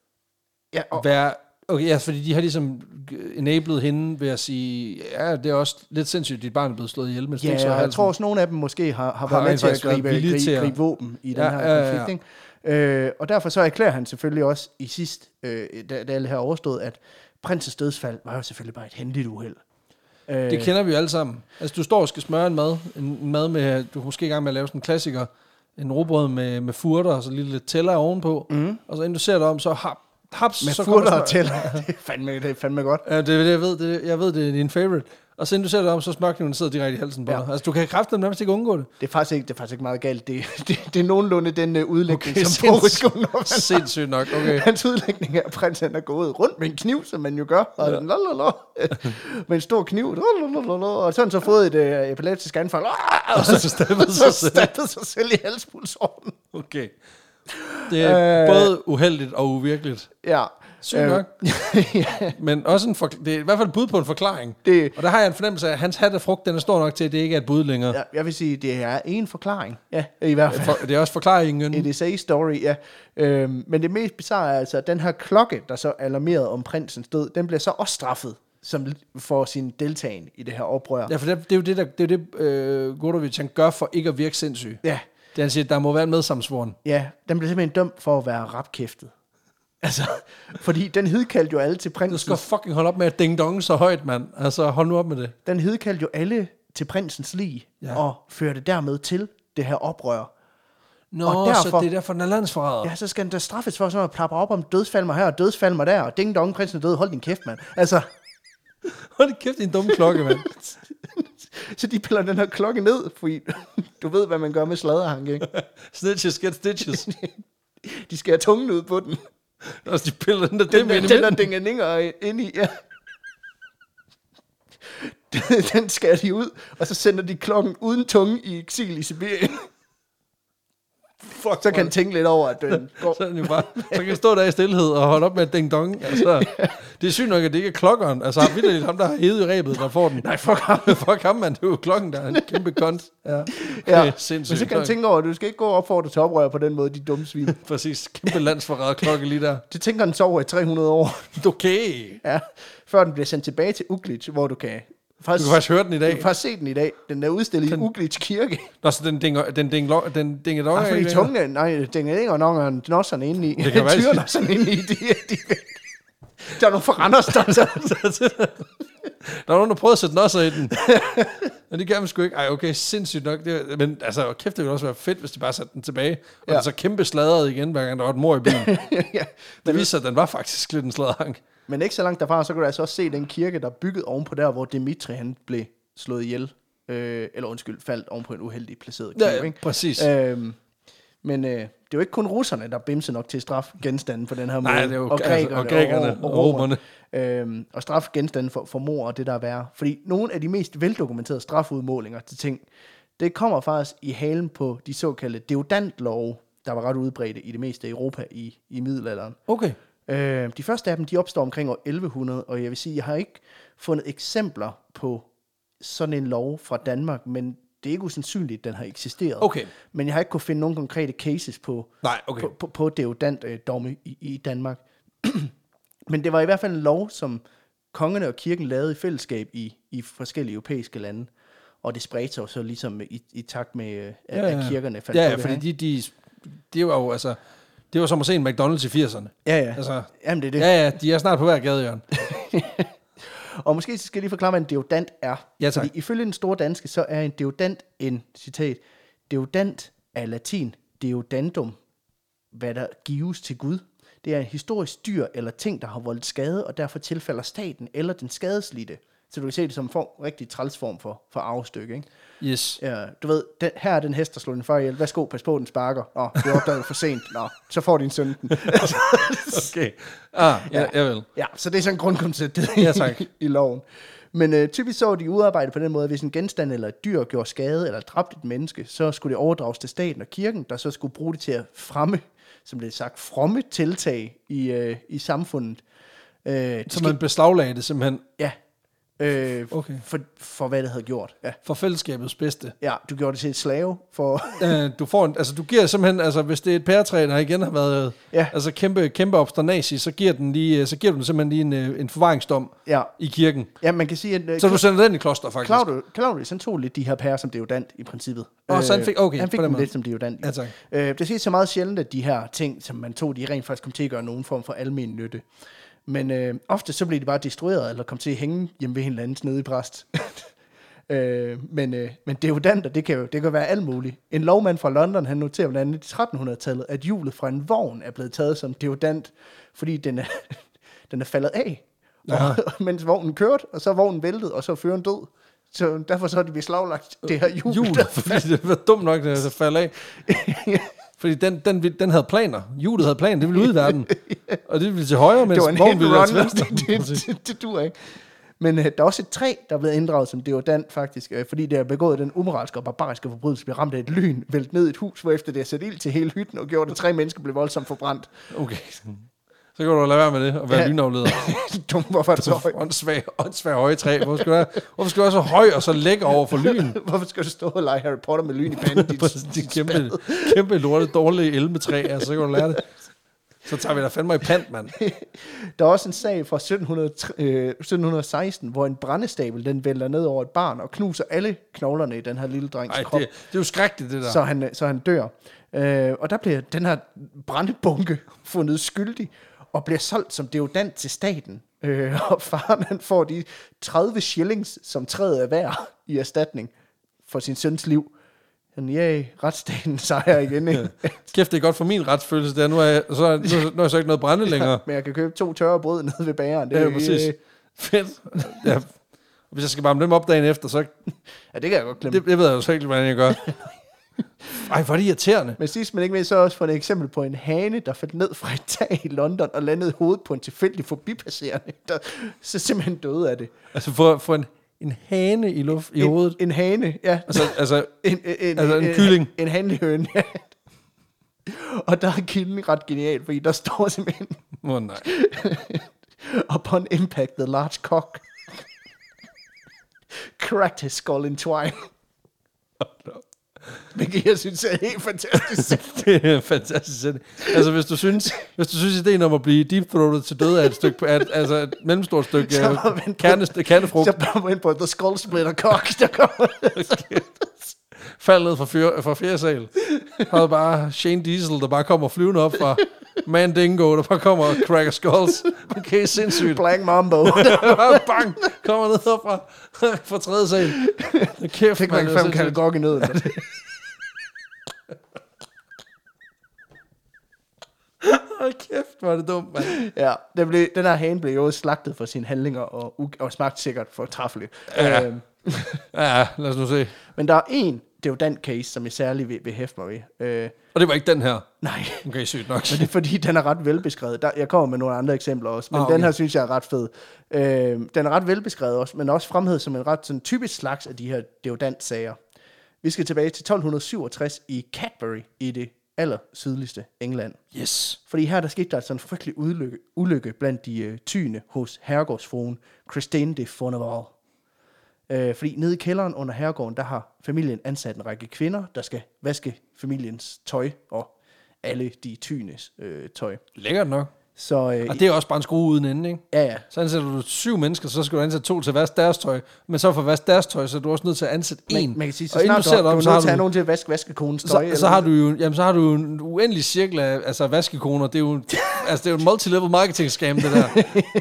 være. Okay, ja, fordi de har ligesom enabled hende ved at sige, ja, det er også lidt sindssygt, at dit barn er blevet slået ihjel. Ja, jeg tror også, nogle af dem måske har været med til at gribe våben i den her konflikt. Og derfor så erklærer han selvfølgelig også i sidst, da alt her overstået, at prinsens dødsfald var jo selvfølgelig bare et hændeligt uheld. Det kender vi jo alle sammen. Altså, du står og skal smøre en mad med, du er måske i gang med at lave sådan en klassiker, en rugbrød med furter og så lidt tæller ovenpå, og så inden du ser dig om, så haps, med så furter og tæller. Det er fandme godt. Ja, det er det, jeg ved, det er din favorite. Og så inden du ser dig om, så smørkniven sidder direkte i halsen på dig. Altså, du kan kraftigt nærmest ikke undgå det. Det er faktisk ikke meget galt. Det er nogenlunde den udlægning, som Boris Godunov. Sindssygt nok, okay. Hans udlægning er, at prinsen er gået rundt med en kniv, som man jo gør. Og med en stor kniv. Og sådan så fået et epileptisk anfald. Og så stabbede sig selv i halspulsåren. Okay. Det er både uheldigt og uvirkeligt. Ja. Sygt nok. Men også det er i hvert fald et bud på en forklaring. Og der har jeg en fornemmelse af, at hans hatefrugt, den er stor nok til, at det ikke er et bud længere. Ja, jeg vil sige, det er en forklaring. Ja, i hvert fald. Det er også forklaringen. It is a story, ja. Men det mest bizarre er altså, at den her klokke, der så alarmerede om prinsens død, den bliver så også straffet for sin deltagen i det her oprør. Ja, for det er jo det, Godovic han gør for ikke at virke sindssyg. Ja. Det han siger, der må være en medsamsvoren. Ja, den bliver simpelthen dømt for at være rapkæftet. Altså, fordi den hidkaldte jo alle til prinsen. Du skal fucking holde op med at ding-dong så højt, mand. Altså, hold nu op med det. Den hidkaldte jo alle til prinsens lig, og førte dermed til det her oprør. Nå, og derfor, så det er derfor, den er landsforræder. Ja, så skal den da straffes for sådan at plapper op om dødsfald mig her, og dødsfald mig der, og ding-dong, prinsen er død, hold din kæft, mand. Altså. Hold din kæft, din dumme klokke, mand. Så de piller den her klokke ned, fordi du ved, hvad man gør med sladderhank, ikke? Snitches get stitches. De skærer tungen ud på den. Og de piller den der dingeninger ind i, ja. Den skærer de ud, og så sender de klokken uden tunge i eksil i Sibirien. Så kan han tænke lidt over, at den går. Så kan jeg stå der i stillhed og holde op med et ding-dong. Altså, det er sygt nok, at det ikke er klokkeren. Altså, vildt ham, der har hævet i ræbet, der får den. Nej, fuck ham. Fuck ham, man. Det er jo klokken, der er en kæmpe kont. Ja. Men så kan han tænke over, at du skal ikke gå og opfordre til oprør på den måde, de dumme svin. Præcis. Kæmpe landsforræder klokke lige der. Det tænker han sover i 300 år. Okay. Ja, før den bliver sendt tilbage til Uglitch, hvor du kan faktisk høre den i dag. Du kan faktisk se den i dag. Den er udstillet i Uglitch Kirke. Nå, så den dingedonger i tungen, nej, dingedonger, nosserne inde i. Det kan være. Tyrnosserne inde i. Der er nogle foranders, der er nogen, der prøver at sætte nosser i den. Men det kan man sgu ikke. Ej, okay, sindssygt nok. Men altså, kæft, det ville også være fedt, hvis de bare satte den tilbage. Og den så kæmpe sladret igen, hver gang der var et mor i byen. Ja, det viste sig, at den var faktisk lidt en sladderhank. Men ikke så langt derfra, så kan du altså også se den kirke, der er bygget ovenpå der, hvor Dimitri han blev slået ihjel. Faldt ovenpå en uheldig placeret kniv. Ja, ikke? Præcis. Men det er jo ikke kun russerne, der bimser nok til at straffe genstanden på den her måde. Nej, det er jo og grækerne og romerne. Og straffe genstanden for mord og det, der er værre. Fordi nogle af de mest veldokumenterede strafudmålinger til ting, det kommer faktisk i halen på de såkaldte deodantlove, der var ret udbredte i det meste af Europa i middelalderen. Okay. De første af dem, de opstår omkring år 1100, og jeg vil sige, jeg har ikke fundet eksempler på sådan en lov fra Danmark, men det er ikke usandsynligt, at den har eksisteret. Okay. Men jeg har ikke kunne finde nogen konkrete cases på deodant-domme i Danmark. Men det var i hvert fald en lov, som kongerne og kirken lavede i fællesskab i forskellige europæiske lande. Og det spredte sig så ligesom i takt med, at kirkerne faldt på det. Ja, fordi de var jo altså... Det var som at se en McDonald's i 80'erne. Ja. Altså, jamen, det er det. Ja, de er snart på hver gadehjørne. Og måske skal jeg lige forklare, hvad en deodant er. Ja, tak. Fordi ifølge den store danske, så er en deodant en, citat, deodant af latin, deodantum, hvad der gives til Gud. Det er en historisk dyr eller ting, der har voldt skade, og derfor tilfalder staten eller den skadeslidte. Så du kan se det som en rigtig trælsform for arvestykke, ikke? Yes. Ja, du ved, her er den hest, der slår din far ihjel. Værsgo, pas på, den sparker. Det er opdaget for sent. Så får din søn den. Okay. Jeg vil. Ja, så det er sådan en grundkoncept i loven. Men typisk så var de udarbejdet på den måde, at hvis en genstand eller et dyr gjorde skade eller dræbte et menneske, så skulle det overdrages til staten og kirken, der så skulle bruge det til at fremme, som det er sagt, fromme tiltag i samfundet. Så man beslaglagde det simpelthen? Ja. Okay. For hvad det havde gjort. Ja. For fællesskabets bedste. Ja, du gjorde det til et slave. For du giver simpelthen, hvis det er et pæretræ, der igen har været kæmpe obsternasi, så giver du simpelthen lige en forvaringsdom i kirken. Ja, man kan sige, at så du sender den i kloster, faktisk. Claudius, han tog lidt de her pærer som deodant i princippet. Så han fik dem lidt som deodant. Ja, tak. Det siger så meget sjældent, at de her ting, som man tog, de rent faktisk kom til at gøre nogen form for almen nytte. Men ofte så blev de bare destrueret, eller kom til at hænge hjemme ved en eller anden snedig præst. Men deodanter, det kan være alt muligt. En lovmand fra London, han noterer blandt andet i 1300-tallet, at hjulet fra en vogn er blevet taget som deodant, fordi den er faldet af, mens vognen kørte, og så er vognen væltet, og så er føreren død. Så derfor så har de beslaglagt det her hjul. Fordi det var dumt nok, at det faldt af. Fordi den havde planer. Hjulet havde planer, det ville ud i verden. Og det ville til højre, mens vognen ville til venstre. Det duer ikke. Men der er også et træ, der er blevet inddraget som deodant faktisk, fordi det er begået den umoralske og barbariske forbrydelse, blev ramt af et lyn, vælt ned i et hus, hvorefter det er sat ild til hele hytten, og gjorde, at 3 mennesker blev voldsomt forbrændt. Okay. Så kan du lade være med det, og være lynafleder. Hvorfor er det så høj? Åndssvær høje træ. Hvorfor skal du være så høj og så lækker over for lyn? Hvorfor skal du stå og lege Harry Potter med lyn i panden? De kæmpe lorte, dårlige elmetræ, altså, så kan du lære det. Så tager vi da fandme i pant, mand. Der er også en sag fra 1716, hvor en brændestabel, den vælter ned over et barn og knuser alle knoglerne i den her lille drengs krop. Det er jo skrækkeligt, det der. Så han dør. Og der bliver den her brændebunke fundet skyldig, og bliver solgt som deodant til staten. Og faren han får de 30 shillings, som træet er værd i erstatning for sin søns liv. Retsstaten sejrer igen. Ikke? Kæft, det er godt for min retsfølelse. Der. Nu er jeg så ikke noget brænde længere. Men jeg kan købe 2 tørre brød nede ved bageren. Det er præcis. Fedt. Ja. Hvis jeg skal varme dem op dagen efter, så... Ja, det kan jeg godt glemme. Det ved jeg jo så ikke, hvordan jeg gør. Ej, hvor er det irriterende. Men sidst, men ikke mindst, så også for et eksempel på en hane, der faldt ned fra et tag i London og landede hovedet på en tilfældig forbipasserende, der så simpelthen døde af det. Altså for en hane i luft i hovedet? En hane, ja. Altså en kylling? En hanehøne, ja. Og der er kilden ret genial, fordi der står simpelthen... nej. Upon impact, the large cock cracked his skull in twine. Hvilket jeg synes er helt fantastisk. Det er en fantastisk sætning. Altså hvis du synes ideen om at blive deep-throated til døde af et stykke, altså et mellemstort stykke kernefrugt. Så bare ind på the skull splitter cock, der kommer. Faldt ned fra 4. sal. Havde bare Shane Diesel, der bare kommer flyvende op fra Mandingo, der bare kommer og cracker skulls. Okay, sindssygt. Black Mambo. Bang! Kommer ned fra tredje sal. Kæft, Fik man ikke 5 kalde i nøden. Kæft, hvor er det dumt, mand. Ja, den her hane blev jo slagtet for sine handlinger, og smagt sikkert fortræffeligt. Ja. Ja, lad os nu se. Men der er det er jo den case, som jeg særlig vil hæfte mig ved. Og det var ikke den her? Nej. Okay, sygt nok. Men det er fordi, den er ret velbeskrevet. Jeg kommer med nogle andre eksempler også, men okay. Den her synes jeg er ret fed. Den er ret velbeskrevet også, men også fremhævet som en ret sådan, typisk slags af de her deodant-sager. Vi skal tilbage til 1267 i Cadbury i det allersydligste England. Yes. Fordi her der skete der altså en frygtelig ulykke blandt de tyende hos herregårdsfruen Christine de Forneval. Fordi nede i kælderen under herregården, der har familien ansat en række kvinder, der skal vaske familiens tøj og alle de tyendes tøj. Lækkert nok. Så, og det er også bare en skrue uden ende, ikke? Ja, ja. Så ansætter du 7 mennesker, så skal du ansætte 2 til at vaske deres tøj. Men så for at vaske deres tøj, så er du også nødt til at ansætte 1. Man kan sige, så snart du er nødt til at have nogen til at vaske vaskekonens tøj. Så har du jo en uendelig cirkel af vaskekoner. Det er jo, det er jo en multilevel marketing scam, det der.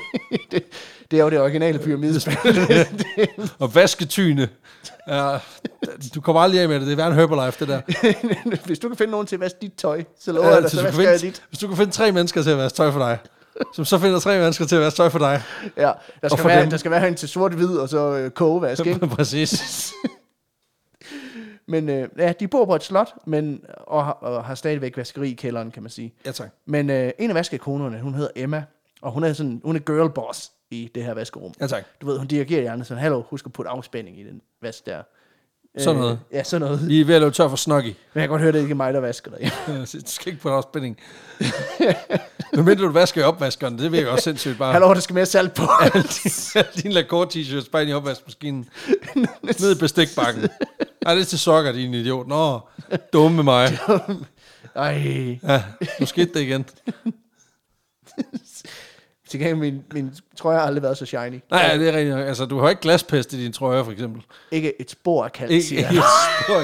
det er jo det originale pyramidespil. Og vasketyne. Ja, du kommer aldrig af med det. Det er værd en Herbalife, det der. Hvis du kan finde nogen til at vaske dit tøj, så lover jeg dig, så vasker jeg dit. Hvis du kan finde 3 mennesker til at vaske tøj for dig, som så finder 3 mennesker til at vaske tøj for dig. Ja, der skal være en til sort-hvid, og så kogevask, ikke? Præcis. Men ja, de bor på et slot, og har stadigvæk vaskeri i kælderen, kan man sige. Ja, tak. Men en af vaskekonerne, hun hedder Emma, og hun er girl boss i det her vaskerum. Ja, tak. Du ved, hun dirigerer hjernen sådan, hallo, husk at putte afspænding i den vask der. Sådan noget. Ja, sådan noget. Vi er ved at løbe tør for snoggy. Men jeg kan godt høre, det ikke er mig, der vasker dig. Du skal ikke putte afspænding. Men mindre du vasker i opvaskeren, det virker også sindssygt bare. Hallo, der skal mere salt på. Din Lacoste-t-shirts bare ind i opvaskemaskinen. Ned i bestikbakken. Ej, det er til sokker, din idiot. Nå, dumme mig. Ej. Ja, nu skete det igen. Til gengæld, min trøje har aldrig været så shiny. Nej, det er rigtigt. Altså, du har ikke glaspest i din trøje, for eksempel. Ikke et spor af kalk, siger jeg. Ikke et spor af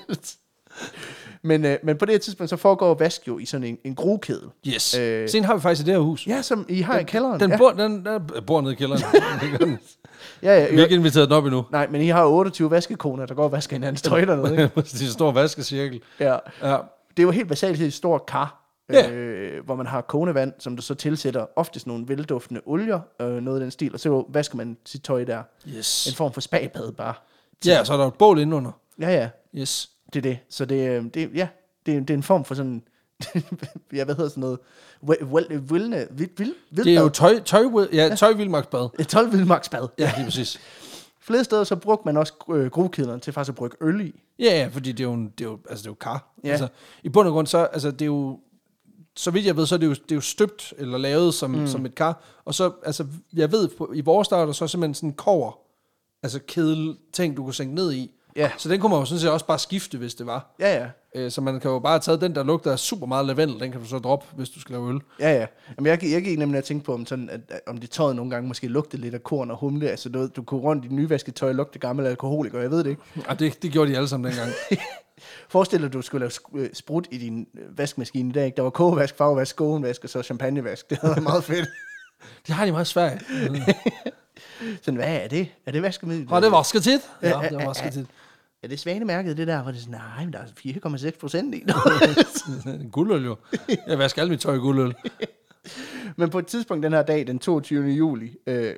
kalk. Men på det her tidspunkt, så foregår vask jo i sådan en gruekedel. Yes. Sen har vi faktisk i det her hus. Ja, som I har i kælderen. Den bor nede i kælderen. Ja, vi har ikke inviteret den op endnu. Nej, men I har 28 vaskekoner, der går og vasker hinandens tøj dernede, ikke? Det er en stor vaskecirkel. Ja. Det er jo helt basalt et stort kar, hvor man har kogende vand, som du så tilsætter oftest nogle velduftende olier, noget af den stil, og så vasker man sit tøj der. Yes. En form for spabad bare. Ja, så er der et bål indenunder. Ja. Yes. Det er det. Så det er en form for sådan, ja, hvad hedder sådan noget? Det er jo tøjvildmarksbad. Et tøjvildmarksbad. Ja, lige præcis. Flere steder så brugte man også grokedlerne til faktisk at brygge øl i. Ja, fordi det er jo kar. Ja. Altså, i bund og grund så, altså det er jo, så vidt jeg ved, så er det jo støbt eller lavet som et kar. Og så, altså, jeg ved, i vores start er der så simpelthen sådan en kover, altså kedel ting, du kunne sænke ned i. Ja. Så den kunne man jo sådan set også bare skifte, hvis det var. Ja. Så man kan jo bare tage den, der lugter super meget lavendel, den kan du så droppe, hvis du skal lave øl. Ja. Jamen, jeg gik nemlig at tænke på, om det tøjet nogle gange måske lugtede lidt af korn og humle. Altså, du kunne rundt i nyvasket tøj lugte gammel alkoholik, og jeg ved det ikke. Ja, det gjorde de alle sammen dengang. Forestil dig, at du skulle lave sprut i din vaskemaskine i dag. Der var kogevask, farvevask, skånevask og så champagnevask. Det var meget fedt. Det har de meget svært. Sådan, hvad er det? Er det vaskemiddel? Og det vasker tit. Ja, det vasker tit. Er det svanemærket, det der? Hvor det er sådan, nej, men der er 4,6% i. Guldøl jo. Jeg vasker alle mit tøj i guldøl. Men på et tidspunkt den her dag, den 22. juli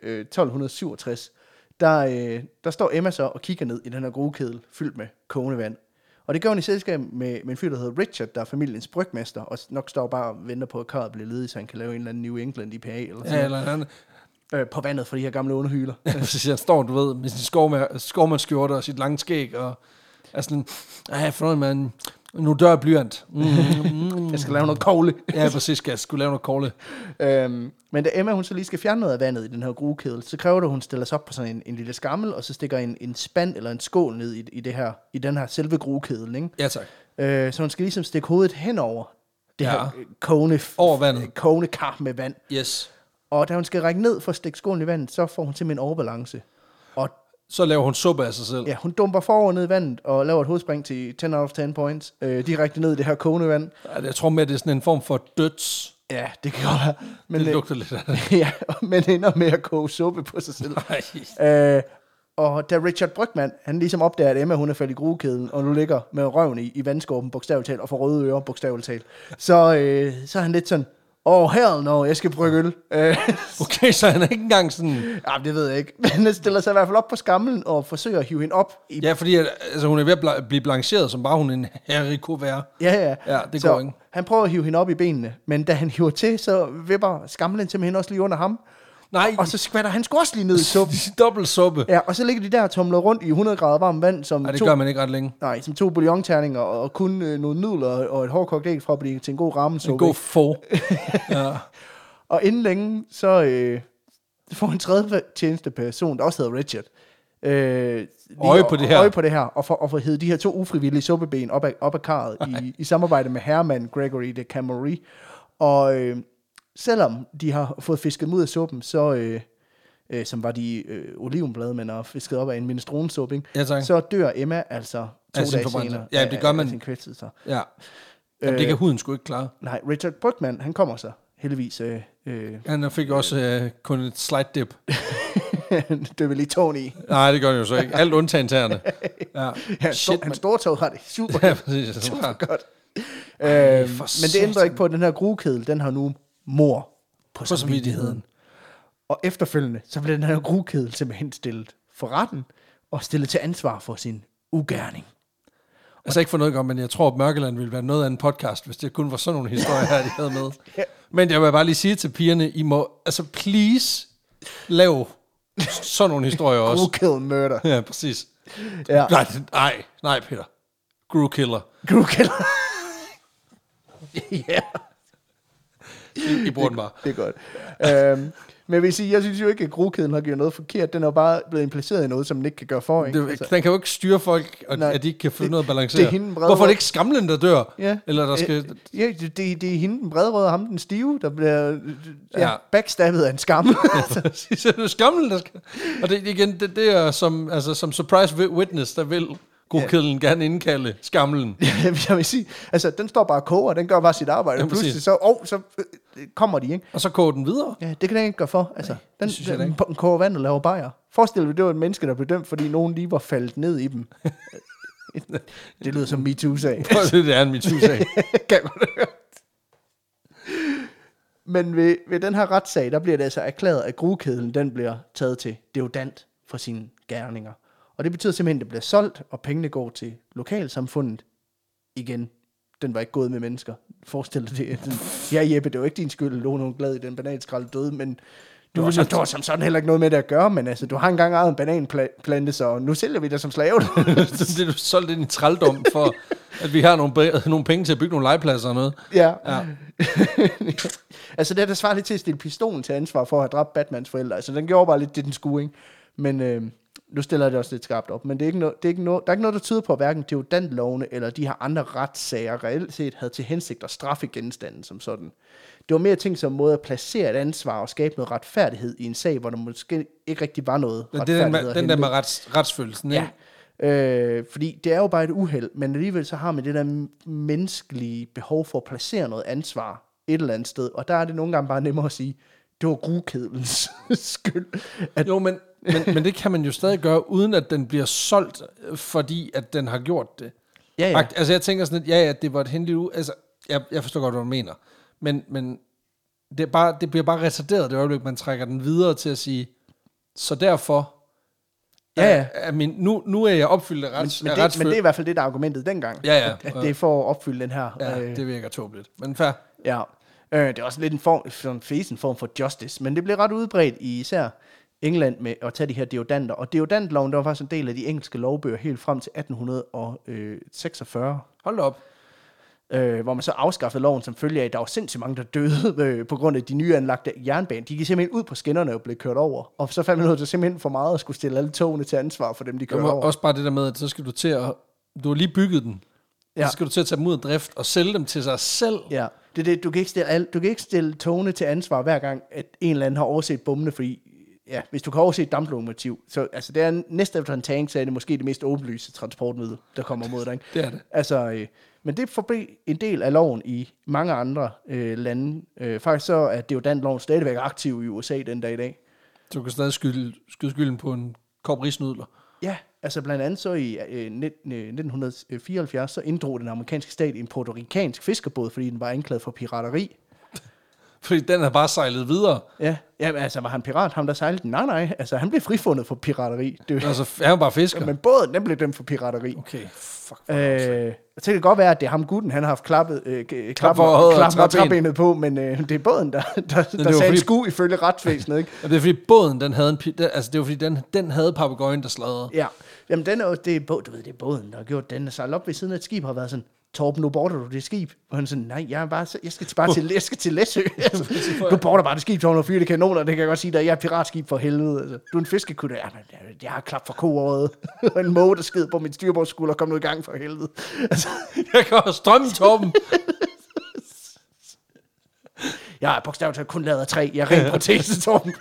1267, der står Emma så og kigger ned i den her gruekedel, fyldt med kogende vand. Og det gør hun i selskab med en fyr, der hedder Richard, der er familiens brygmester, og nok står bare og venter på, at karret bliver ledig, så han kan lave en eller anden New England IPA eller sådan ja, eller andet. På vandet for de her gamle underhyler. Ja, præcis. Han står, du ved, med sin skovmandskjorte og sit lange skæg, og er sådan, fornøj man, nu dør blyant. Jeg skal lave noget kogle. Ja, præcis, jeg skulle lave noget kogle. Men da Emma, hun så lige skal fjerne noget af vandet i den her gruekedel, så kræver det, at hun stiller sig op på sådan en lille skammel, og så stikker en spand eller en skål ned i den her selve gruekedel, ikke? Ja, tak. Så hun skal ligesom stikke hovedet henover det her over vandet. kogende kar med vand. Yes. Og da hun skal række ned for at stikke skålen i vandet, så får hun simpelthen overbalance. Og så laver hun suppe af sig selv. Ja, hun dumper forover ned i vandet og laver et hovedspring til 10 out of 10 points. Direkte ned i det her kogende vand. Ja, jeg tror mere, det er sådan en form for Ja, det kan godt være. Men, det lugter lidt af det. Ja, men ender med at koge suppe på sig selv. Og da Richard Brygman, han ligesom opdager, at Emma, hun er faldet i grugekæden, og nu ligger med røven i vandskåben, bogstaveligt talt, og får røde ører, bogstaveligt talt, så er han lidt sådan, hell no, jeg skal brygge øl. Okay, så han er ikke engang sådan... Ja, det ved jeg ikke. Men han stiller sig i hvert fald op på skamlen, og forsøger at hive hende op. Ja, fordi hun er ved at blive blancheret, som bare hun en haricot være. Ja, det går ikke. Han prøver at hive hende op i benene, men da han hiver til, så vipper skamlen simpelthen også lige under ham. Nej. Og så skvatter han sgu også lige ned i suppen. Dobbelt suppe. Ja, og så ligger de der og tumler rundt i 100 grader varmt vand. Nej, det gør man ikke ret længe. Nej, som 2 bouillonterninger og kun nogle nudler og et hårdkogt æg fra at blive til en god rammensuppe. En god få. Ja. Og inden længe, så får en tredje tjenesteperson, der også hedder Richard, øje på det her, og får hævet de her 2 ufrivillige suppeben op af karret i samarbejde med herremand Gregory de Camorry. Og selvom de har fået fisket ud af suppen, så som var de olivenblade, man har fisket op af en minestronsuppe, så dør Emma altså 2 dage senere. Ja, det gør man. Sin kvæstelse. Ja. Jamen, det kan huden sgu ikke klare. Nej, Richard Brygman, han kommer så heldigvis. Han fik også kun et slight dip. Det vil lige tåen i. Nej, det gør han jo så ikke. Alt undtagen tæerne. Ja. Han stortog har det super, ja, præcis, super godt. Men det ændrer ikke på, at den her grugkedel, den har nu mor på samvittigheden. Og efterfølgende, så bliver den her grugkedel simpelthen stillet for retten, og stillet til ansvar for sin ugerning. Altså ikke for noget godt, men jeg tror, at Mørkeland ville være noget af en podcast, hvis det kun var sådan nogle historier her, de havde med. Ja. Men jeg vil bare lige sige til pigerne, I må, altså please, lave sådan nogle historier også. Grugkedel murder. Ja, præcis. Ja. Nej, Peter. Grugkiller. Grugkiller. Ja. I bruger den bare. Det er godt. Men jeg vil sige, jeg synes jo ikke, at grugkæden har gjort noget forkert. Den er jo bare blevet impliceret i noget, som den ikke kan gøre for. Ikke? Den kan jo ikke styre folk, at de ikke kan få noget at balancere. Hvorfor er det ikke skamlen, der dør? Ja. Eller der skal... Ja, det er hende, den bredrøde, og ham, den stive, der bliver backstabbet af en skammel. Ja, det er skamlen, der skal... Og det, igen, det er som surprise witness, der vil... Grugkedlen gerne indkalde skamlen. Jeg vil sige, altså den står bare og koger, den gør bare sit arbejde, og pludselig så kommer de, ikke? Og så koger den videre. Ja, det kan den ikke gøre for. Altså, den koger vand og laver bajer. Forestil dig, det var et menneske, der blev dømt, fordi nogen lige var faldet ned i dem. Det lyder som MeToo-sag. Det er en MeToo-sag. Kan man høre. Men ved den her retssag, der bliver det altså erklæret, at grugkedlen, den bliver taget til deodant for sine gerninger. Og det betyder simpelthen, at det bliver solgt, og pengene går til lokalsamfundet. Igen, den var ikke gået med mennesker. Forestil dig det. Ja, Jeppe, det var ikke din skyld, at nogen glad i den bananskrald døde, men du har som sådan heller ikke noget med det at gøre, men altså, du har engang ejet en bananplante, så nu sælger vi det som slave. Det er du solgt ind i trældom for, at vi har nogle penge til at bygge nogle legepladser og noget. Ja. Altså, det er der svarer lidt til at stille pistolen til ansvar for at have dræbt Batmans forældre. Altså, den gjorde bare lidt det, den skulle, ikke? Men nu stiller jeg det også lidt skarpt op, men der er ikke noget, der tyder på, at hverken deodantlovene eller de her andre retssager reelt set havde til hensigt at straffe genstanden som sådan. Det var mere ting som måde at placere et ansvar og skabe noget retfærdighed i en sag, hvor der måske ikke rigtig var noget retfærdighed. Det er den der med retsfølelsen, ikke? Ja, fordi det er jo bare et uheld, men alligevel så har man det der menneskelige behov for at placere noget ansvar et eller andet sted, og der er det nogle gange bare nemmere at sige, det var grugkedelens skyld. Jo, men det kan man jo stadig gøre, uden at den bliver solgt, fordi at den har gjort det. Ja. Altså jeg tænker sådan lidt, det var et hændeligt altså jeg forstår godt, hvad du mener, men det bliver bare retarderet det øjeblik, man trækker den videre til at sige, så derfor nu er jeg opfyldt af retsfølelse. Men det er i hvert fald det, der er argumentet dengang. Ja. At det er for at opfylde den her. Ja, det virker tåbeligt, men fair. Ja. Det er også lidt en form for justice, men det blev ret udbredt i især England med at tage de her deodanter. Og deodantloven, der var faktisk en del af de engelske lovbøger helt frem til 1846. Hold da op. Hvor man så afskaffede loven som følge af, at der var sindssygt mange, der døde på grund af de nye anlagte jernbaner. De gik simpelthen ud på skinnerne og blev kørt over. Og så fandt man ud af, at det simpelthen for meget at skulle stille alle togene til ansvar for dem, de kørte over. Også bare det der med, at så skal du til at... Du har lige bygget den. Ja. Så skal du til at tage dem ud af drift og sælge dem til sig selv. Ja, det er det. Du kan ikke stille togene til ansvar hver gang, at en eller anden har overset bommene, fordi hvis du kan overse et damplokomotiv, så altså det er næsten efter en tank, så er det måske det mest åbenlyse transportmiddel, der kommer mod dig. Ikke? Det er det. Altså, Men det forblev en del af loven i mange andre lande. Faktisk så er deodorantloven stadigvæk aktiv i USA den dag i dag. Du kan stadig skyde skylden på en kop risnudler. Ja, altså blandt andet så i 1974, så inddrog den amerikanske stat en puertoricansk fiskerbåd, fordi den var anklaget for pirateri. Fordi den har bare sejlet videre. Ja, altså var han pirat, ham der sejlede den? Nej, altså han blev frifundet for pirateri. Altså han var bare fisker? Ja, men båden, den blev dømt for pirateri. Okay, fuck. Så det kan godt være, at det er ham gutten, han har haft klapbenet på, men det er båden, der sagde sku ifølge retsvæsenet, ikke? Og det er fordi båden, den havde det var fordi den havde papegøjen, der sladrede. Ja, jamen det er båden, der har gjort den, der sejlet op ved siden af et skib, har været sådan, Torben, nu borter du det skib. Og han sådan, nej, jeg skal til Læsø. Du borter bare det skib, Torben, og fyre det kanoner, det kan jeg godt sige, at jeg er piratskib for helvede. Altså, du er en fiskekutter. Ja, men jeg har klap for koåret. Og en måge, der skid på min styrbordsskulder, kom nu i gang for helvede. Altså. Jeg kan også strømme, Torben. Jeg er bogstaveligt talt kun lavet af træ. Jeg er ren protese, Torben.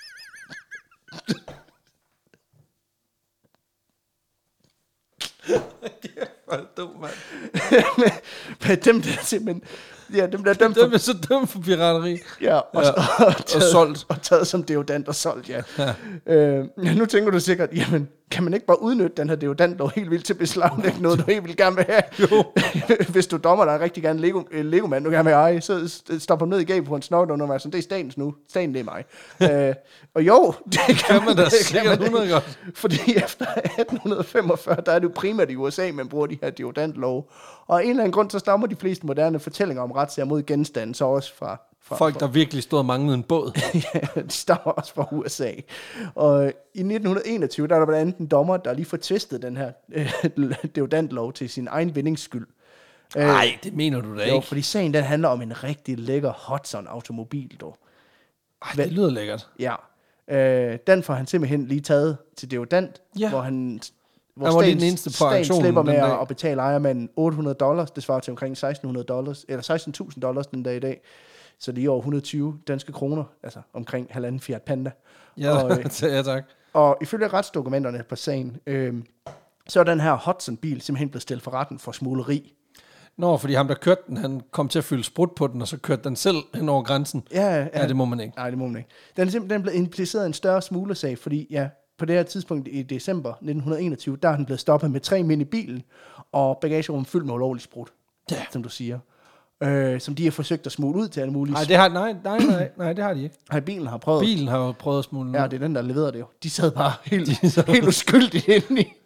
Det er for dumt, mand. Men dem der simpelthen... Ja, dem der dømt dem er så dømt for pirateri. Ja, og solgt. Og taget som deodant og solgt, ja. Nu tænker du sikkert, jamen, kan man ikke bare udnytte den her deodant og helt vildt til beslaglægge noget, du helt vildt gerne vil have? Jo. Hvis du dommer dig rigtig gerne Lego-mand, du gerne vil eje, så stopper ned i gabet på en snogt under mig, sådan, det er statens nu. Staten, det er mig. Og jo, det kan man da sikkert 100 godt. Fordi efter 1845, der er det jo primært i USA, man bruger de her deodantlov. Og af en eller anden grund, så stammer de fleste moderne fortællinger om retssager mod genstande, så også fra folk, der virkelig stod og manglede en båd. Ja, de stammer også fra USA. Og i 1921, der er der blandt andet en dommer, der lige får tvistet den her deodantlov til sin egen vindingsskyld. Nej, det mener du da ikke. Jo, fordi sagen den handler om en rigtig lækker Hudson-automobil, dog. Ej, det lyder lækkert. Ja. Den får han simpelthen lige taget til deodant, hvor han... Staten slipper med at betale ejermanden $800. Det svarer til omkring $1,600, eller $16,000 den dag i dag. Så det er over 120 danske kroner, altså omkring 1,5 Fiat Panda. Ja, og, ja, tak. Og ifølge retsdokumenterne på sagen, så er den her Hudson-bil simpelthen blevet stillet for retten for smugleri. Nå, fordi ham, der kørte den, han kom til at fylde sprut på den, og så kørte den selv hen over grænsen. Ja, det må man ikke. Nej, det må man ikke. Den er simpelthen blevet impliceret i en større smuglersag, fordi på det her tidspunkt i december 1921, der er den blevet stoppet med 3 mænd i bilen, og bagagerummet fyldt med ulovlig sprut, som du siger. Som de har forsøgt at smugle ud til alle mulige. Nej, det har de ikke. Nej, bilen har prøvet. Bilen har prøvet at smugle. Ja, det er den, der leverede det jo. De sad bare helt uskyldigt inde i.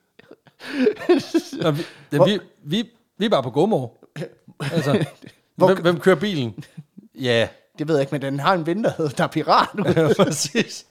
Vi er bare på Gomor. Altså, hvem kører bilen? Ja. Det ved jeg ikke, men den har en ven, der er pirat. Ja, præcis.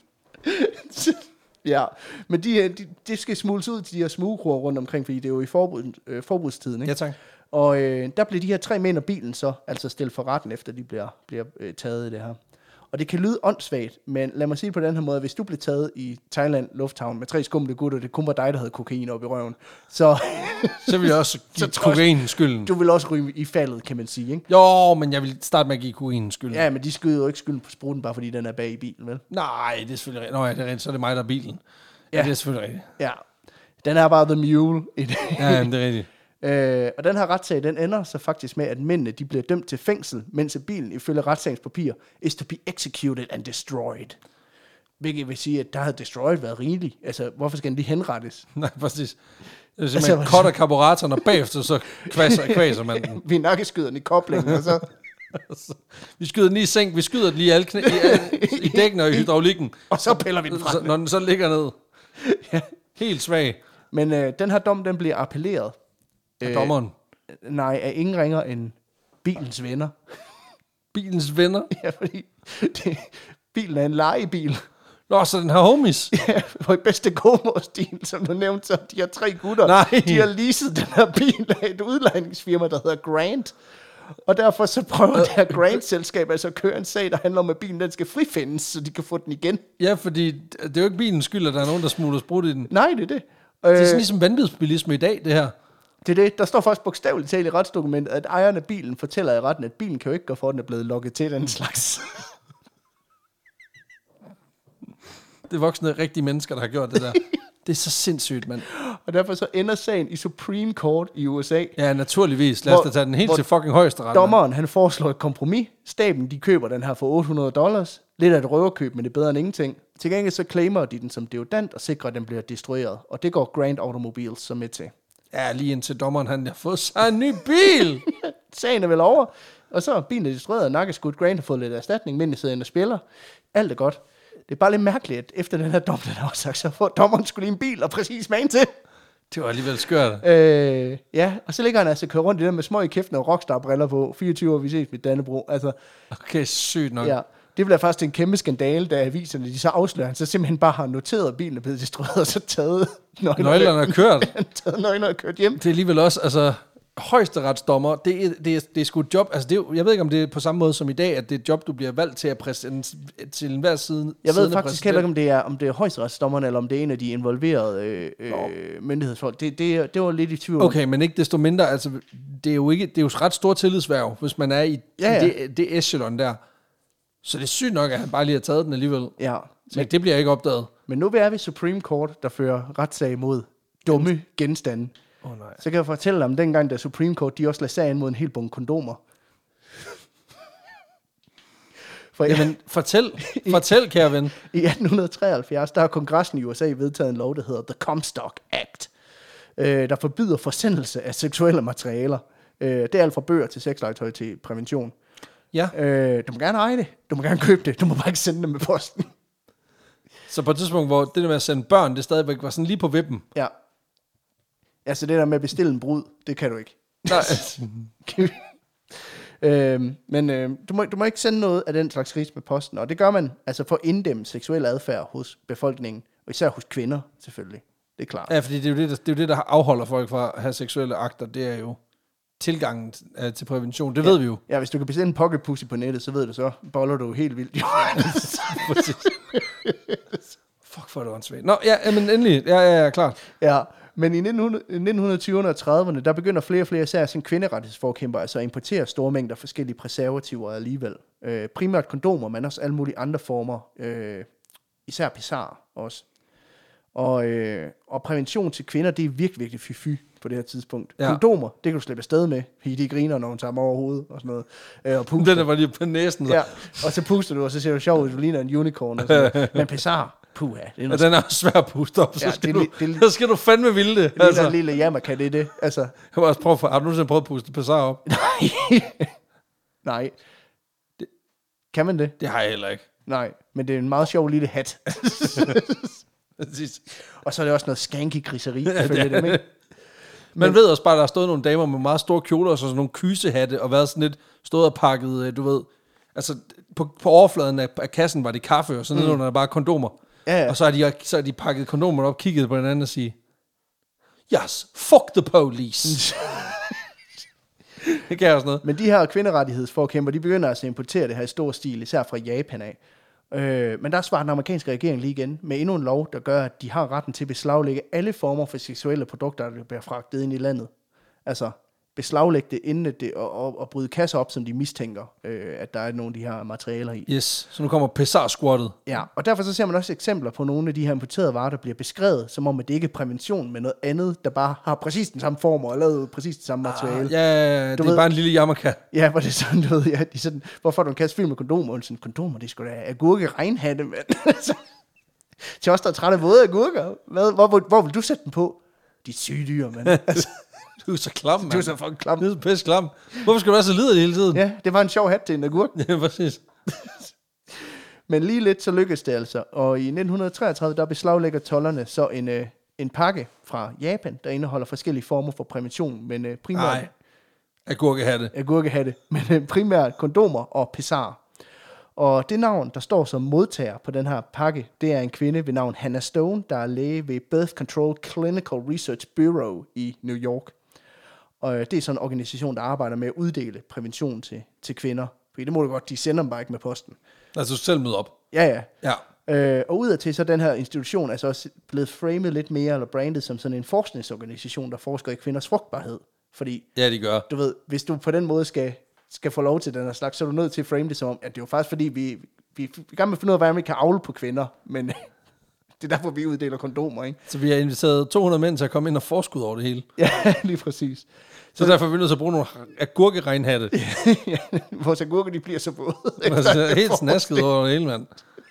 Ja, men de skal smugles ud til de her smugekroer rundt omkring, fordi det er jo i forbudstiden, ikke? Ja, tak. Og der blev de her 3 mænd og bilen så altså stillet for retten, efter de bliver taget i det her. Og det kan lyde åndssvagt, men lad mig sige på den her måde, hvis du blev taget i Thailand Lufthavn med 3 skumle gutter, det kun var dig, der havde kokain op i røven, så vil jeg også give kokainen skylden. Du vil også ryge i faldet, kan man sige, ikke? Jo, men jeg vil starte med at give kokainen skylden. Ja, men de skyder jo ikke skylden på spruten, bare fordi den er bag i bilen, vel? Nej, det er selvfølgelig rigtigt. Nå ja, det er rigtigt. Så er det mig, der er bilen. Ja, det er selvfølgelig rigtigt. Ja, den er bare the mule. Ja, det er rigtigt. Og den her retssag, den ender så faktisk med, at mændene de bliver dømt til fængsel, mens bilen ifølge retssagens papir is to be executed and destroyed. Hvilket vil sige, at der havde destroyed været rigeligt. Altså, hvorfor skal den lige henrettes? Nej, præcis. Det er simpelthen altså, cutter karburatoren, og bagefter så kvaser man den. Vi nakkeskyder den i koblingen, og så... Vi skyder den lige i sænk, vi skyder den lige i dækken og i hydraulikken. Og så piller vi den fra. Når den så ligger ned. Ja. Helt svag. Men den her dom, den bliver appelleret. Af dommeren? Nej, af ingen ringer end bilens venner. Bilens venner? Ja, fordi bilen er en lejebil. Nå, så den har homies? Ja, på i bedste Gomor-stil, som du nævnte, så de her 3 gutter. Nej. De har leaset den her bil af et udlejningsfirma, der hedder Grant. Og derfor så prøver det her Grant-selskab altså at køre en sag, der handler om, at bilen den skal frifindes, så de kan få den igen. Ja, fordi det er jo ikke bilens skyld, at der er nogen, der smugler sprut i den. Nej, det er det. Det er sådan ligesom vanvidsbilisme i dag, det her. Det er det. Der står faktisk bogstaveligt talt i retsdokumentet, at ejeren af bilen fortæller i retten, at bilen kan jo ikke gå for, at den er blevet lukket til den slags. Det er voksne, rigtige mennesker, der har gjort det der. Det er så sindssygt, mand. Og derfor så ender sagen i Supreme Court i USA. Ja, naturligvis. Lad os da tage den helt til fucking højesteret. Dommeren, han foreslår et kompromis. Staben, de køber den her for $800. Lidt af et røverkøb, men det er bedre end ingenting. Til gengæld så claimer de den som deodant og sikrer, at den bliver destrueret. Og det går Grand Automobiles så med til. Ja, lige indtil dommeren, han har fået sig en ny bil. Sagen er vel over. Og så er bilen destrueret, og nakkeskudt. Grant har fået lidt erstatning, mens de sidder inde og spiller. Alt er godt. Det er bare lidt mærkeligt, at efter den her dom, den har sagt, så får dommeren skulle lige en bil og præcis magen til. Det var alligevel skørt. Ja, og så ligger han altså kører rundt i den med små i kæften og rockstar-briller på. 24 år, vi ses med Dannebro. Altså, okay, sygt nok. Ja, det bliver faktisk en kæmpe skandale, da aviserne de så afslører, han så simpelthen bare har noteret, at bilen er blevet destrueret, og så taget nøglerne er kørt. taget nøglerne og kørt hjem. Det er alligevel også, altså, højesteretsdommer, det er sgu et job, altså jeg ved ikke, om det er på samme måde som i dag, at det er et job, du bliver valgt til at til enhver side. Jeg ved faktisk heller ikke, om det er højesteretsdommeren, eller om det er en af de involverede myndighedsfolk. Det var lidt i tvivl. Okay, men ikke desto mindre, altså, det er jo ret stor tillidshverv, hvis man er i det echelon der. Så det er sygt nok, at han bare lige har taget den alligevel. Ja. Så det bliver ikke opdaget. Men nu er vi Supreme Court, der fører retssag mod dumme genstande. Nej. Så kan jeg fortælle om dengang, da Supreme Court, de også lagde sagen mod en hel bunke kondomer. Jamen, fortæl, kære ven. I 1873, der har kongressen i USA vedtaget en lov, der hedder The Comstock Act, der forbyder forsendelse af seksuelle materialer. Det er alt fra bøger til sexlegetøj til prævention. Ja. Du må gerne eje det, du må gerne købe det, du må bare ikke sende det med posten. Så på et tidspunkt, hvor det der med at sende børn, det stadigvæk var sådan lige på vippen. Ja. Altså det der med at bestille en brud, det kan du ikke. Nej. Men du må ikke sende noget af den slags gris med posten, og det gør man altså for at inddæmme seksuel adfærd hos befolkningen, og især hos kvinder selvfølgelig. Det er klart. Ja, fordi det er jo det, der afholder folk fra at have seksuelle akter, det er jo tilgangen til prævention. Det ved vi jo. Ja, hvis du kan bestille en pocket pussy på nettet, så ved du så, boller du helt vildt. Fuck, for det åndssvagt. Nå, ja, men endelig. Ja, klart. Ja, men i 1920'erne og 30'erne, der begynder flere og flere især sin kvinderettighedsforkæmper altså at importere store mængder forskellige preservativer alligevel. Primært kondomer, men også alle mulige andre former. Især bizarre også. Og prævention til kvinder, det er virkelig, virkelig fy på det her tidspunkt. Ja. Kondomer, det kan du slippe afsted med. De griner, når hun tager dem over hovedet og sådan noget. Og puster. Den var lige på næsen. Så. Ja, og så puster du, og så ser du sjov ud, du ligner en unicorn. Og sådan noget. Men bizarre, puha. Den er svær at puste op, så skal du fandme ville det. Det er en lille jammerka, det er det. Altså. Jeg må også har du nogensinde prøvet at puste bizarre op? Nej. Kan man det? Det har jeg heller ikke. Nej, men det er en meget sjov lille hat. Og så er det også noget skanky griseri, ifølge dem, ikke? Man ved også bare, at der har stået nogle damer med meget store kjoler og sådan nogle kysehatte, og været sådan lidt stået og pakket, du ved, altså på overfladen af kassen var det kaffe, og så nedenunder der bare kondomer. Ja. Og så har de pakket kondomer op, kigget på hinanden og sige, yes, fuck the police. Det kan også noget. Men de her kvinderettighedsforkæmper, de begynder altså at importere det her i stor stil, især fra Japan af. Men der svarer den amerikanske regering lige igen med endnu en lov, der gør, at de har retten til at beslaglægge alle former for seksuelle produkter, der bliver fragtet ind i landet. Altså beslaglægge det inden det, og bryde kasser op, som de mistænker, at der er nogle af de her materialer i. Yes, så nu kommer Pessar-squattet. Ja, og derfor så ser man også eksempler på nogle af de her importerede varer, der bliver beskrevet, som om, at det ikke er prævention, men noget andet, der bare har præcis den samme form og lavet præcis det samme materiale. Ja, det er bare en lille jammerka. Ja, hvor det er sådan noget, ja, de sådan, hvorfor du en kasse fyldt med kondomer, og sådan, kondomer, det skulle da agurke regnhatte, mand. Til os, der er trætte af våde agurker. Hvor vil du sætte den på? De syge dyr, mand. Altså. Du er så klam, mand. Du er så fucking klam. Du er så pisse klam. Hvorfor skal du være så liderlig hele tiden? Ja, det var en sjov hat til en agurk. Ja, præcis. Men lige lidt, så lykkedes det altså. Og i 1933, der beslaglægger tolderne så en pakke fra Japan, der indeholder forskellige former for prævention, men primært... Agurkehatte. Men primært kondomer og Pessar. Og det navn, der står som modtager på den her pakke, det er en kvinde ved navn Hannah Stone, der er læge ved Birth Control Clinical Research Bureau i New York. Og det er sådan en organisation, der arbejder med at uddele prævention til kvinder. Fordi det må du godt, de sender dem bare ikke med posten. Altså selv møde op? Ja. Og udadtil så den her institution altså også blevet framet lidt mere, eller brandet som sådan en forskningsorganisation, der forsker i kvinders frugtbarhed. Fordi, ja, de gør. Du ved, hvis du på den måde skal få lov til den her slags, så er du nødt til at frame det som om, at det er jo faktisk fordi, vi er i gang med at finde ud af, hvordan vi kan avle på kvinder, men Det er derfor, vi uddeler kondomer, ikke? Så vi har inviteret 200 mænd til at komme ind og forskud over det hele. Ja, lige præcis. Så derfor er vi nødt til at bruge nogle agurkeregnhatte. Ja, vores agurker, de bliver så våde. Altså, helt snasket over det hele, mand.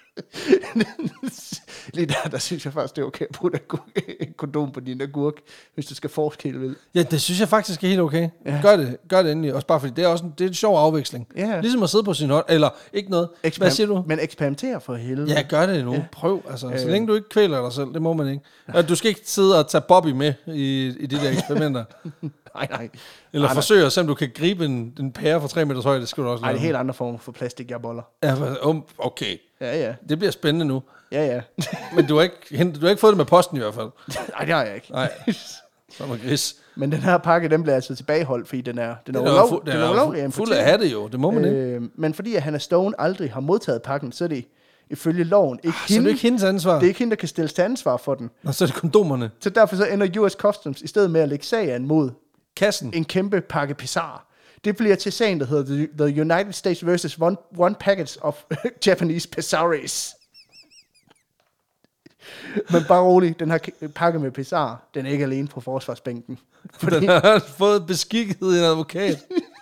Lige der synes jeg faktisk, det er okay at putte en kondom på din agurk, hvis du skal forske helt vildt. Ja, det synes jeg faktisk er helt okay. Ja. Gør det endelig. Også bare fordi det er også det er en sjov afveksling. Ja. Ligesom at sidde på sin hånd, eller ikke noget. Hvad siger du? Men eksperimenter for helvede. Ja, gør det nu. Ja. Prøv. Altså, så længe du ikke kvæler dig selv, det må man ikke. Ja, du skal ikke sidde og tage Bobby med i de der eksperimenter. Nej. Eller forsøge at se, om du kan gribe en pære fra 3 meters højde. Det skal du også lave. Nej, det er helt andre former for plastik, jeg boller. Ja, okay. Ja. Det bliver spændende nu. Ja. Men du har ikke fået det med posten i hvert fald. Nej, det har jeg ikke. Nej, så er man gris. Men den her pakke, den bliver altså tilbageholdt, fordi den er ulovlig. Fuld af hatte jo, det må man ikke. Men fordi at Hannah Stone aldrig har modtaget pakken, så er det ifølge loven ikke hende. Så det er ikke hendes ansvar? Det er ikke hende, der kan stilles til ansvar for den. Og så er det kondomerne. Så derfor så ender US Customs i stedet med at lægge sag an mod kassen. En kæmpe pakke pizarre. Det bliver til sagen, der hedder The United States versus one package of Japanese pizarres. Men bare rolig, den her pakke med pizarre, den er ikke alene på forsvarsbænken. Fordi den har fået beskikket en advokat.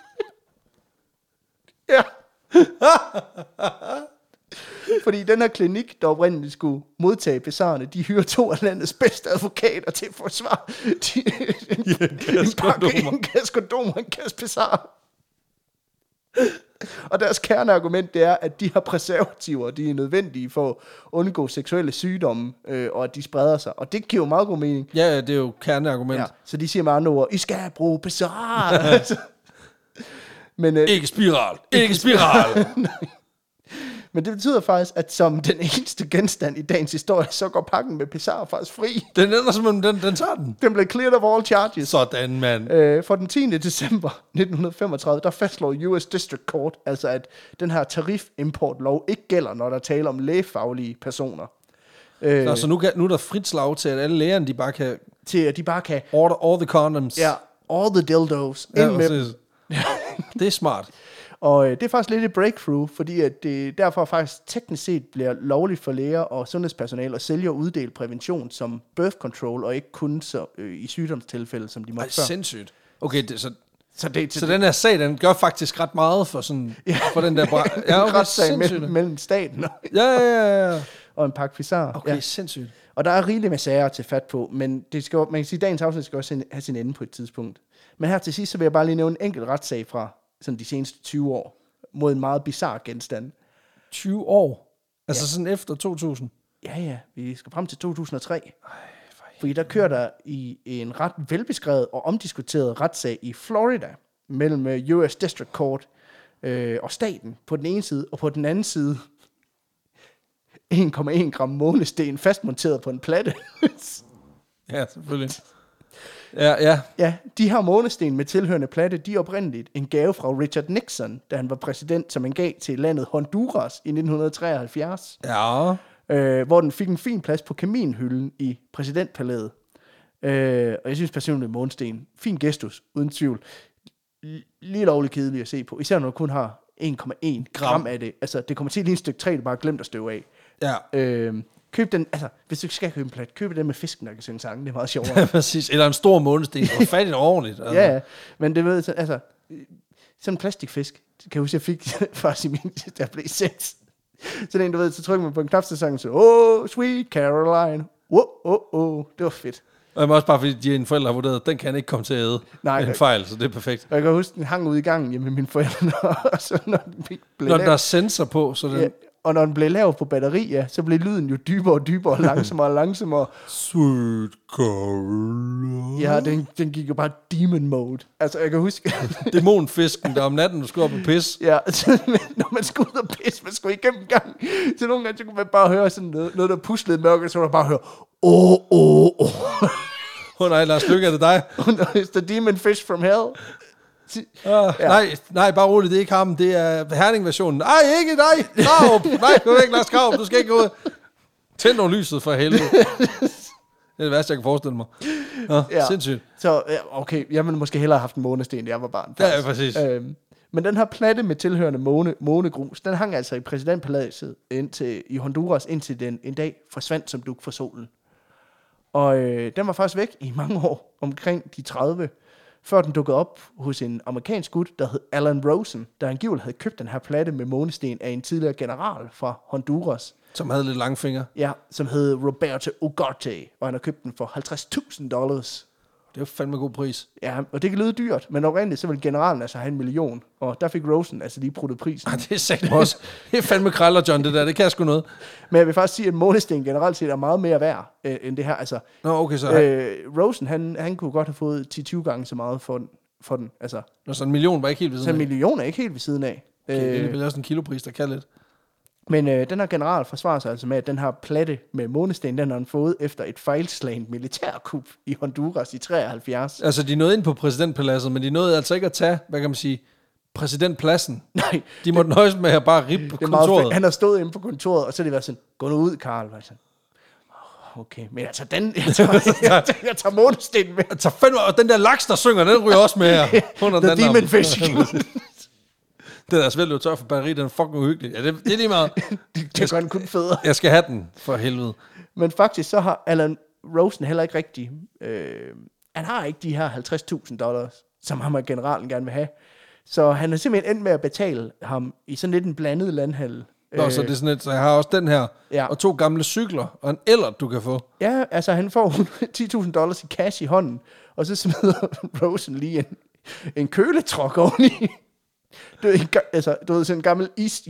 Ja. Fordi den her klinik, der oprindeligt skulle modtage pizarrerne, de hyrer 2 af landets bedste advokater til at forsvare en kasse kondomer og en kasse pizarre. Og deres kerneargument, det er, at de her præservativer, de er nødvendige for at undgå seksuelle sygdomme, og at de spreder sig. Og det giver jo meget god mening. Ja, det er jo kerneargument. Ja, så de siger med andre ord, I skal bruge pizarre. Men, ikke spiral. Ikke spiral. Men det betyder faktisk, at som den eneste genstand i dagens historie, så går pakken med pizarre faktisk fri. Den ender som den tager den. Den blev cleared of all charges. Sådan, mand. For den 10. december 1935, der fastslår US District Court, altså at den her tarifimportlov ikke gælder, når der taler om lægefaglige personer. Så nu er der frit slag til, at alle lægerne, de bare kan... Order all the condoms. Ja, all the dildos. Ja, med dem. Det er smart. Og det er faktisk lidt et breakthrough, fordi at det derfor faktisk teknisk set bliver lovligt for læger og sundhedspersonale at sælge og uddele prævention som birth control, og ikke kun så, i sygdomstilfælde, som de måtte før. Sindssygt. Okay, så den her sag, den gør faktisk ret meget for, sådan, for den der... retssag mellem staten og en pakke pizarre. Okay, sindssygt. Og der er rigeligt med sager til fat på, men man kan sige, at dagens afsnit skal også have sin ende på et tidspunkt. Men her til sidst, så vil jeg bare lige nævne en enkelt retssag fra sådan de seneste 20 år, mod en meget bizarre genstand. 20 år? Altså sådan efter 2000? Ja, vi skal frem til 2003. Fordi der kører der i en ret velbeskrevet og omdiskuteret retssag i Florida, mellem US District Court og staten på den ene side, og på den anden side 1,1 gram månesten fastmonteret på en platte. Ja, selvfølgelig. Ja, de her månesten med tilhørende platte, de er oprindeligt en gave fra Richard Nixon, da han var præsident, som han gav til landet Honduras i 1973. Ja. Hvor den fik en fin plads på kaminhylden i præsidentpalæet. Og jeg synes personligt, månesten, fin gestus, uden tvivl. Lige lovligt kedelig at se på, især når du kun har 1,1 gram af det. Altså, det kommer til lige en stykke træ, du bare glemt at støve af. Ja. Køb den, altså, hvis du skal købe en plat, køb den med fisken, der kan synge sange. Det er meget sjovere. Ja, præcis. Eller en stor månesten, og fat i det ordentligt. Altså. Ja, men det ved altså, sådan en plastikfisk, kan jeg huske, jeg fik faktisk i min, da jeg blev 6. Så den, du ved, så trykker man på en knap, så sang så, oh, sweet Caroline. Det var fedt. Og også bare fordi dine forældre har vurderet, at den kan ikke komme til at æde. Nej, en fejl, så det er perfekt. Og jeg kan huske, den hang ud i gangen hjemme med mine forældre, og så når den blev når der er sensor på, så den... Ja, og når den blev lavet på batteri, ja, så blev lyden jo dybere og dybere, langsommere og langsommere. Sweet Caroline. Ja, den gik jo bare demon mode. Altså, jeg kan huske... Dæmonfisken, der om natten, du skulle op og pisse. Ja, når man skulle ud og pisse, man skulle igennem gang. Så nogle gange, så kunne man bare høre sådan noget der puslede mørke, så kunne man bare høre, Nej, Lars Lykke, er det dig? It's the demon fish from hell. Nej, bare roligt, det er ikke ham, det er Herning-versionen. Ej, ikke dig! Krav! Nej, gå væk, Lars Krav, du skal ikke gå ud. Tænd nogle lyset for helvede. Det er det værste, jeg kan forestille mig. Sindssygt. Så, okay, jeg ville måske hellere have haft en månesten, da jeg var barn. Faktisk. Ja, præcis. Men den her platte med tilhørende månegrus, den hang altså i præsidentpaladset i Honduras, indtil den en dag forsvandt som dug for solen. Og den var faktisk væk i mange år, omkring de 30, før den dukkede op hos en amerikansk gut, der hed Alan Rosen, der angiveligt havde købt den her platte med månesten af en tidligere general fra Honduras. Som havde lidt lange fingre. Ja, som hed Roberto Ugarte, og han har købt den for $50,000. Det er jo fandme god pris. Ja, og det kan lyde dyrt, men oprindeligt så ville generalen altså have 1 million, og der fik Rosen altså lige pruttet prisen. Det er sagt også. Det er fandme kralder, John, det der. Det kan sgu noget. Men jeg vil faktisk sige, at månesten generelt set er meget mere værd end det her. Altså, okay, så Rosen, han kunne godt have fået 10-20 gange så meget for den. Altså, så 1 million var ikke helt ved siden af. Så 1 million er ikke helt ved siden af. Okay, det er vel også en kilopris, der kan lidt. Men den her general forsvarer sig altså med, at den her platte med månesten, den har han fået efter et fejlslagent militærkup i Honduras i 73. Altså, de nåede ind på præsidentpaladset, men de nåede altså ikke at tage, hvad kan man sige, præsidentpladsen. Nej. De måtte nøjes med at bare rippe på kontoret. Han har stået inde på kontoret, og så er det været sådan, gå nu ud, Karl. Okay, men altså jeg tager månesten med. Jeg tager fandme, og den der laks, der synger, den ryger også med her. The Demon Fish. Den er svært løbet tør for batteri, den er fucking uhyggelig. Ja, det er lige meget. Det gør den kun federe. Jeg skal have den, for helvede. Men faktisk så har Alan Rosen heller ikke rigtig... han har ikke de her $50,000, som ham og generalen gerne vil have. Så han er simpelthen endt med at betale ham i sådan lidt en blandet landhandel. Nå, så det er sådan lidt, så jeg har også den her, ja. Og 2 gamle cykler, og en ellert, du kan få. Ja, altså han får $10,000 i cash i hånden, og så smider Rosen lige en køletrok oveni. Du ved, sådan en gammel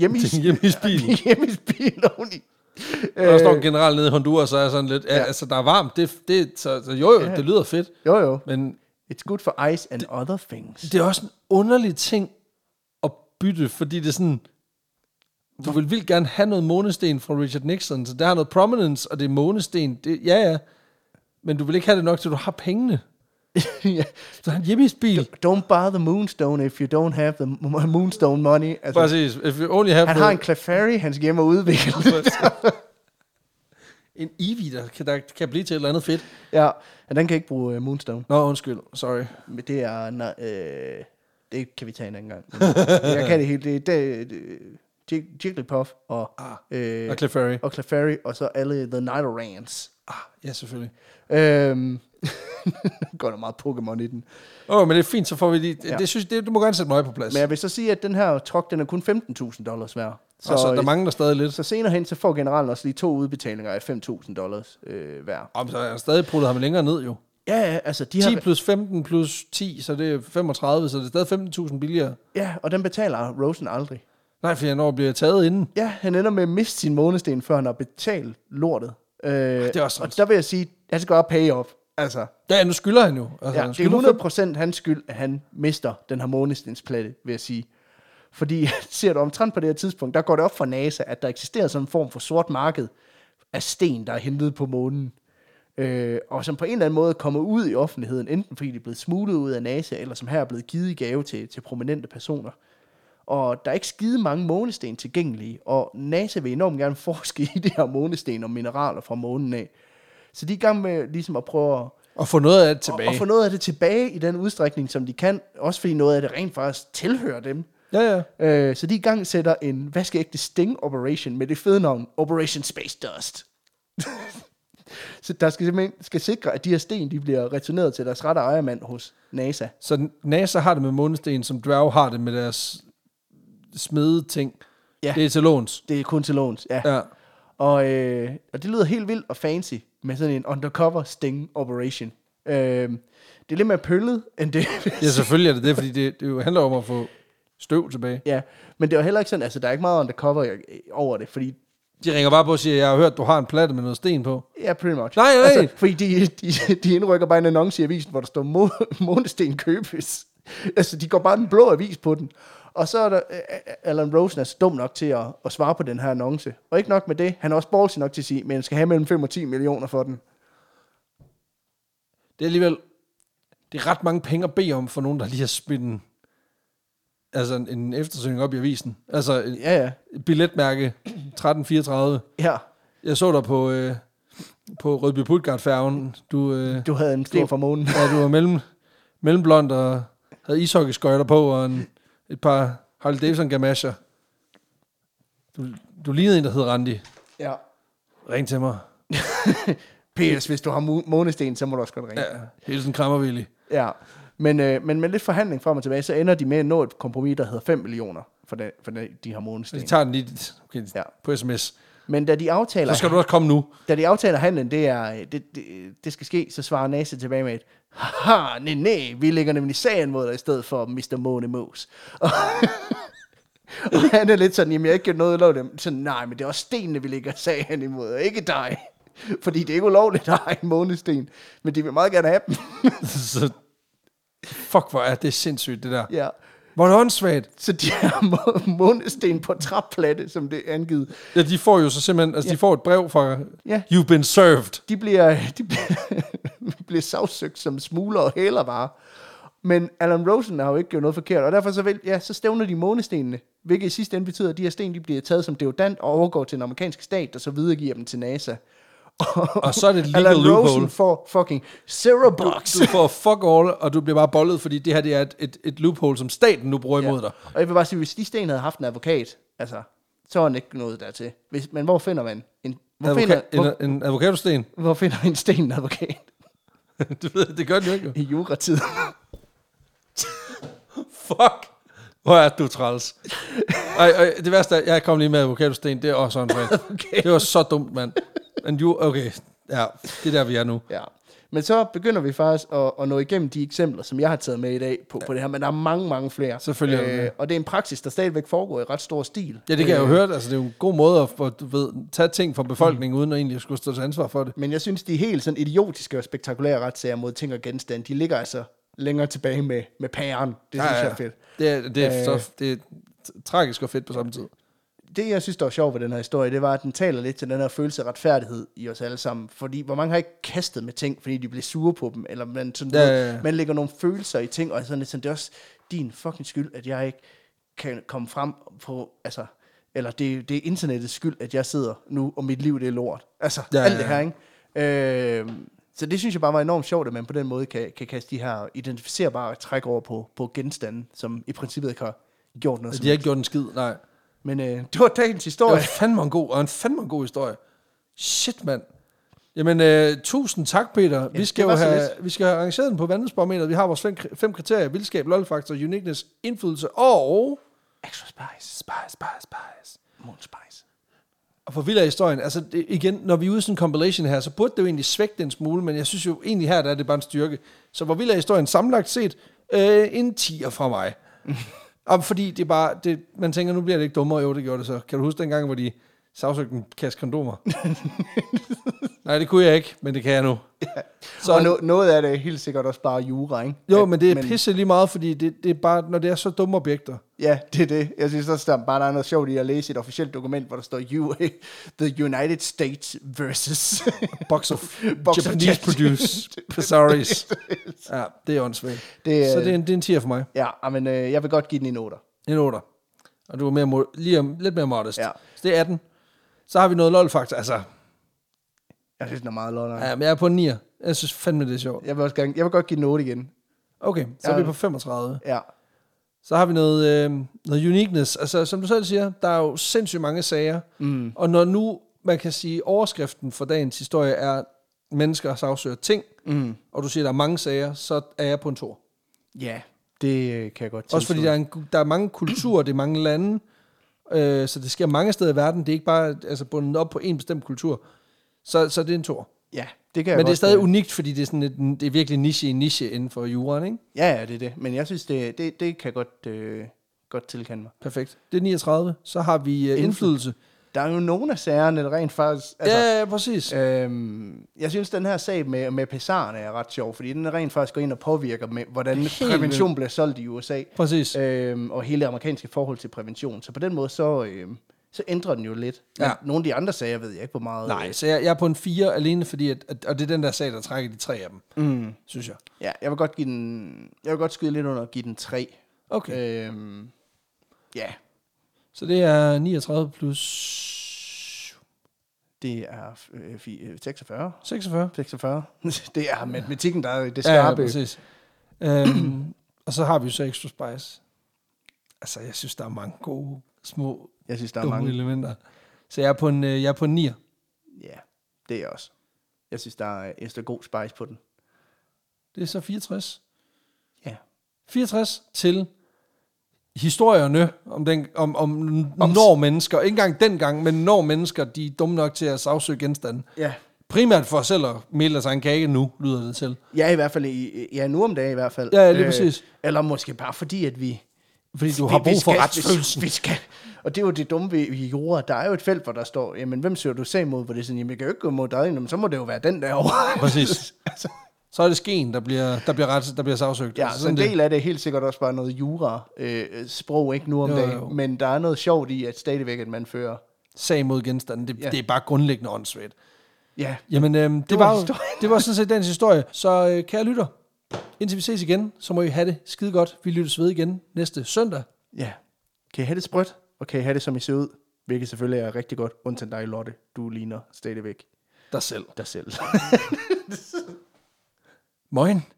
hjemmeisbil oveni. Der står en general nede i Honduras, så er sådan lidt, altså der er varmt, det lyder fedt. Jo. Men it's good for ice and other things. Det er også en underlig ting at bytte, fordi det er sådan, du vil vildt gerne have noget månesten fra Richard Nixon, så der har noget prominence, og det er månesten, ja, men du vil ikke have det nok, til du har pengene. Ja. Så han hjemmeisbil. Don't buy the moonstone if you don't have the moonstone money. Altså, præcis. If you only have han har en Clefairy, han skal hjem og udvikle. En Eevee, der kan blive til et eller andet fedt. Ja, men den kan ikke bruge moonstone. Nå, undskyld. Sorry. Men det er... det kan vi tage en anden gang. Jeg kan det helt. Det Jigglypuff og Clefairy. Og Clefairy, og så alle The Nidorans. Ja, selvfølgelig. Går der meget Pokémon i den. Men det er fint, så får vi lige... Ja. Det synes jeg, du må gerne sætte mig på plads. Men jeg vil så sige, at den her truck, den er kun $15,000 værd. Så der mangler stadig lidt. Så senere hen, så får generalen også lige 2 udbetalinger af $5,000 værd. Så er stadig pruttet ham længere ned, jo. Ja, altså... 10 plus 15 plus 10, så det er 35, så det er stadig 15.000 billigere. Ja, og den betaler Rosen aldrig. Nej, for han bliver taget inden. Ja, han ender med at miste sin månesten, før han har betalt lortet. Det er også og der vil jeg sige, han skal godt pay off. Altså, ja, nu skylder han jo. Altså, ja, det er 100% hans skyld, at han mister den her månestensplatte, vil jeg sige. Fordi, ser du omtrent på det her tidspunkt, der går det op for NASA, at der eksisterer sådan en form for sort marked af sten, der er hentet på månen. Og som på en eller anden måde kommer ud i offentligheden, enten fordi de er blevet smuglet ud af NASA, eller som her er blevet givet i gave til prominente personer. Og der er ikke skide mange månesten tilgængelige, og NASA vil enormt gerne forske i det her månesten og mineraler fra månen af. Så de er i gang med ligesom at prøve at få noget af det tilbage. Og få noget af det tilbage i den udstrækning, som de kan. Også fordi noget af det rent faktisk tilhører dem. Ja. Så de i gang sætter en vaskeægte sting operation med det fede navn Operation Space Dust. Så der skal sikre, at de her sten de bliver returneret til deres rette ejermand hos NASA. Så NASA har det med månesten, som Drow har det med deres smedeting. Ja. Det er til låns. Det er kun til låns, ja. Og det lyder helt vildt og fancy med sådan en undercover sting operation. Det er lidt mere pøllet end det. Ja, selvfølgelig er det, fordi det jo handler om at få støv tilbage. Ja, men det er jo heller ikke sådan, altså der er ikke meget undercover over det, fordi... De ringer bare på og siger, jeg har hørt, du har en platte med noget sten på. Ja, pretty much. Nej. Altså, fordi de indrykker bare en annonce i avisen, hvor der står månesten købes. Altså, de går bare en blå avis på den. Og så er der Alan Rosen er dum nok til at svare på den her annonce. Og ikke nok med det, han er også ballsy nok til at sige, men han skal have mellem 5 og 10 millioner for den. Det er alligevel... Det er ret mange penge at bede om for nogen, der lige har smidt en eftersøgning op i avisen. Altså et billetmærke 1334. Ja. Jeg så dig på Rødby Puttgart-færgen. Du havde en sten fra månen. Ja, du var mellemblond og havde ishockeyskøjter på og et par Harley Davidson gamasher. Du lignede en, der hed Randi. Ja. Ring til mig. PS, hvis du har månesten, så må du også godt ringe. Ja, Hilsen Krammervillig. Ja, men med lidt forhandling frem og tilbage, så ender de med at nå et kompromis, der hedder 5 millioner for de her månesten. De tager den lige på sms. Men da de aftaler... Så skal du også komme nu. Da de aftaler handlen, det skal ske, så svarer NASA tilbage med et, haha, nej, vi lægger nemlig sagen mod dig i stedet for Mr. Månemus. Og han er lidt sådan, jamen jeg har ikke gjort noget ulovligt. Sådan, nej, men det er også stenene, vi lægger sagen imod, og ikke dig. Fordi det er ikke ulovligt at have en månesten, men de vil meget gerne have dem. Så, fuck, hvor er det sindssygt, det der. Ja. Hvor er det åndssvagt. Så de har månesten på træplatte, som det er angivet. Ja, de får jo så simpelthen, altså de får et brev fra, you've been served. De bliver sagsøgt som smugler og hælervarer. Men Alan Rosen har jo ikke gjort noget forkert, og derfor så stævner de månestenene, hvilket i sidste ende betyder, at de her sten de bliver taget som deodant og overgår til den amerikanske stat, der så videregiver dem til NASA. Og så er det legal Alan loophole. Rosen får fucking zero bucks. Du får fuck all, og du bliver bare bollet, fordi det her det er et loophole, som staten nu bruger imod dig. Og jeg vil bare sige, hvis de sten havde haft en advokat, altså, så var han ikke noget dertil. Men hvor finder man en avocadosten? Hvor finder en sten en advokat? Du ved, det gør den jo ikke. I juratid. Fuck. Hvor er du træls. Ej, det værste er, jeg kom lige med avocadosten, det er også sådan okay. Det var så dumt, mand. Men okay, ja, det er der, vi er nu. Ja. Men så begynder vi faktisk at nå igennem de eksempler, som jeg har taget med i dag på det her, men der er mange, mange flere. Selvfølgelig. Og det er en praksis, der stadigvæk foregår i ret stor stil. Ja, det kan jeg jo høre. Altså, det er jo en god måde at tage ting fra befolkningen, uden at egentlig skulle stå til ansvar for det. Men jeg synes, de helt sådan idiotiske og spektakulære retssager mod ting og genstande, de ligger altså længere tilbage med pæren. Det synes jeg er fedt. Det er tragisk og fedt på samme tid. Det, jeg synes, der var sjovt ved den her historie, det var, at den taler lidt til den her følelse af retfærdighed i os alle sammen. Fordi hvor mange har ikke kastet med ting, fordi de blev sure på dem, eller man lægger nogle følelser i ting, og sådan lidt sådan, det er også din fucking skyld, at jeg ikke kan komme frem på, altså, eller det er internettets skyld, at jeg sidder nu, og mit liv det er lort. Altså, alt det her, ikke? Så det synes jeg bare var enormt sjovt, at man på den måde kan kaste de her identificerbare træk over på genstande, som i princippet ikke har gjort noget. De har ikke gjort en skid, nej. Men det var dagens historie. Det var fandme en god historie. Shit, mand. Jamen, tusind tak, Peter. Ja, vi skal have arrangeret den på Vandelsbarometeret. Vi har vores 5 kriterier. Vildskab, lol-faktor, uniqueness, indflydelse og... Extra spice. Spice. More spice. Og for vild af historien, altså igen, når vi er ude i sådan en compilation her, så burde det jo egentlig svække den smule, men jeg synes jo egentlig her, der er det bare en styrke. Så hvor vild af historien sammenlagt set, en 10'er fra mig. Fordi det er bare, man tænker, nu bliver det ikke dummere, jo det gjorde det så. Kan du huske dengang, hvor de sagsøgte en kasse kondomer? Nej, det kunne jeg ikke, men det kan jeg nu. Ja. Så, og noget af det er helt sikkert også bare jura, ikke? Jo, men det er pisse lige meget, fordi det er bare, når det er så dumme objekter. Ja, det er det. Jeg synes også, der er noget sjovt i at læse et officielt dokument, hvor der står The United States versus Box of Japanese produced Pizzaris. Ja, det er åndssvagt. Så det er en 10'er for mig. Ja, men jeg vil godt give den en 8'er. En 8'er. Og du er lidt mere modest. Ja. Så det er 18. Så har vi noget lol-faktor. Altså, jeg synes, den er meget lol. Ja, men jeg er på en 9'er. Jeg synes fandme, det er sjovt. Jeg vil godt give den 8 igen. Okay, så er vi på 35. Ja. Så har vi noget uniqueness. Altså, som du selv siger, der er jo sindssygt mange sager. Mm. Og når nu, man kan sige, overskriften for dagens historie er, mennesker sagsøger ting, og du siger, der er mange sager, så er jeg på en 2. Ja, det kan jeg godt tilstå. Også fordi der er mange kulturer, det er mange lande, så det sker mange steder i verden. Det er ikke bare bundet op på en bestemt kultur. Så det er en 2. Ja, det kan jeg. Men det er stadig unikt, fordi det er sådan det er virkelig niche inden for juraen, ikke? Ja, det er det. Men jeg synes, det kan godt tilkende mig. Perfekt. Det er 39. Så har vi indflydelse. Der er jo nogle af sagerne, der rent faktisk... Altså, ja, præcis. Jeg synes, den her sag med Pessarerne er ret sjov, fordi den rent faktisk går ind og påvirker med, hvordan prævention bliver solgt i USA. Præcis. Og hele det amerikanske forhold til prævention. Så på den måde, så ændrer den jo lidt. Ja. Nogle af de andre sager ved jeg ikke, hvor meget... Nej, så jeg er på en 4 alene, fordi og det er den der sag, der trækker de 3 af dem, synes jeg. Ja, jeg vil godt skyde lidt under og give den 3. Okay. Ja. Så det er 39 plus... Det er 46. 46. Det er matematikken, der er det skarpe. Ja, præcis. Og så har vi jo så extra spice. Altså, jeg synes, der er mange gode, små, Jeg synes, der er dumme mange. elementer. Så jeg er på en 9'er. Ja, det er jeg også. Jeg synes, der er god spice på den. Det er så 64. Ja. 64 til historierne om når mennesker, ikke engang dengang, men når mennesker, de er dumme nok til at sagsøge genstande. Ja. Primært for selv at melde sig en kage nu, lyder det til. Ja, i hvert fald. Nu om dagen i hvert fald. Ja, lige præcis. Eller måske bare fordi, at vi... Fordi du har brug for retsfølelsen. Vi skal. Og det er jo det dumme ved jura. Der er jo et felt, hvor der står, jamen, hvem søger du sag mod? Hvor det er sådan, jamen, jeg kan jo ikke gå mod dig, men så må det jo være den derovre. Præcis. Altså. Så er det skeen, der bliver sagsøgt. Ja, altså, så en del af det er helt sikkert også bare noget jura-sprog, ikke nu om dagen. Men der er noget sjovt i, at stadigvæk, at man fører... Sag mod genstanden. Det er bare grundlæggende åndssvagt. Ja. Jamen, det var sådan set dagens historie. Så kære lytter, indtil vi ses igen, så må I have det skide godt. Vi lyttes ved igen næste søndag. Ja. Kan I have det sprødt, og kan I have det, som I ser ud? Hvilket selvfølgelig er rigtig godt. Undtagen dig, Lotte. Du ligner stadigvæk Dig selv. dig selv. Moin.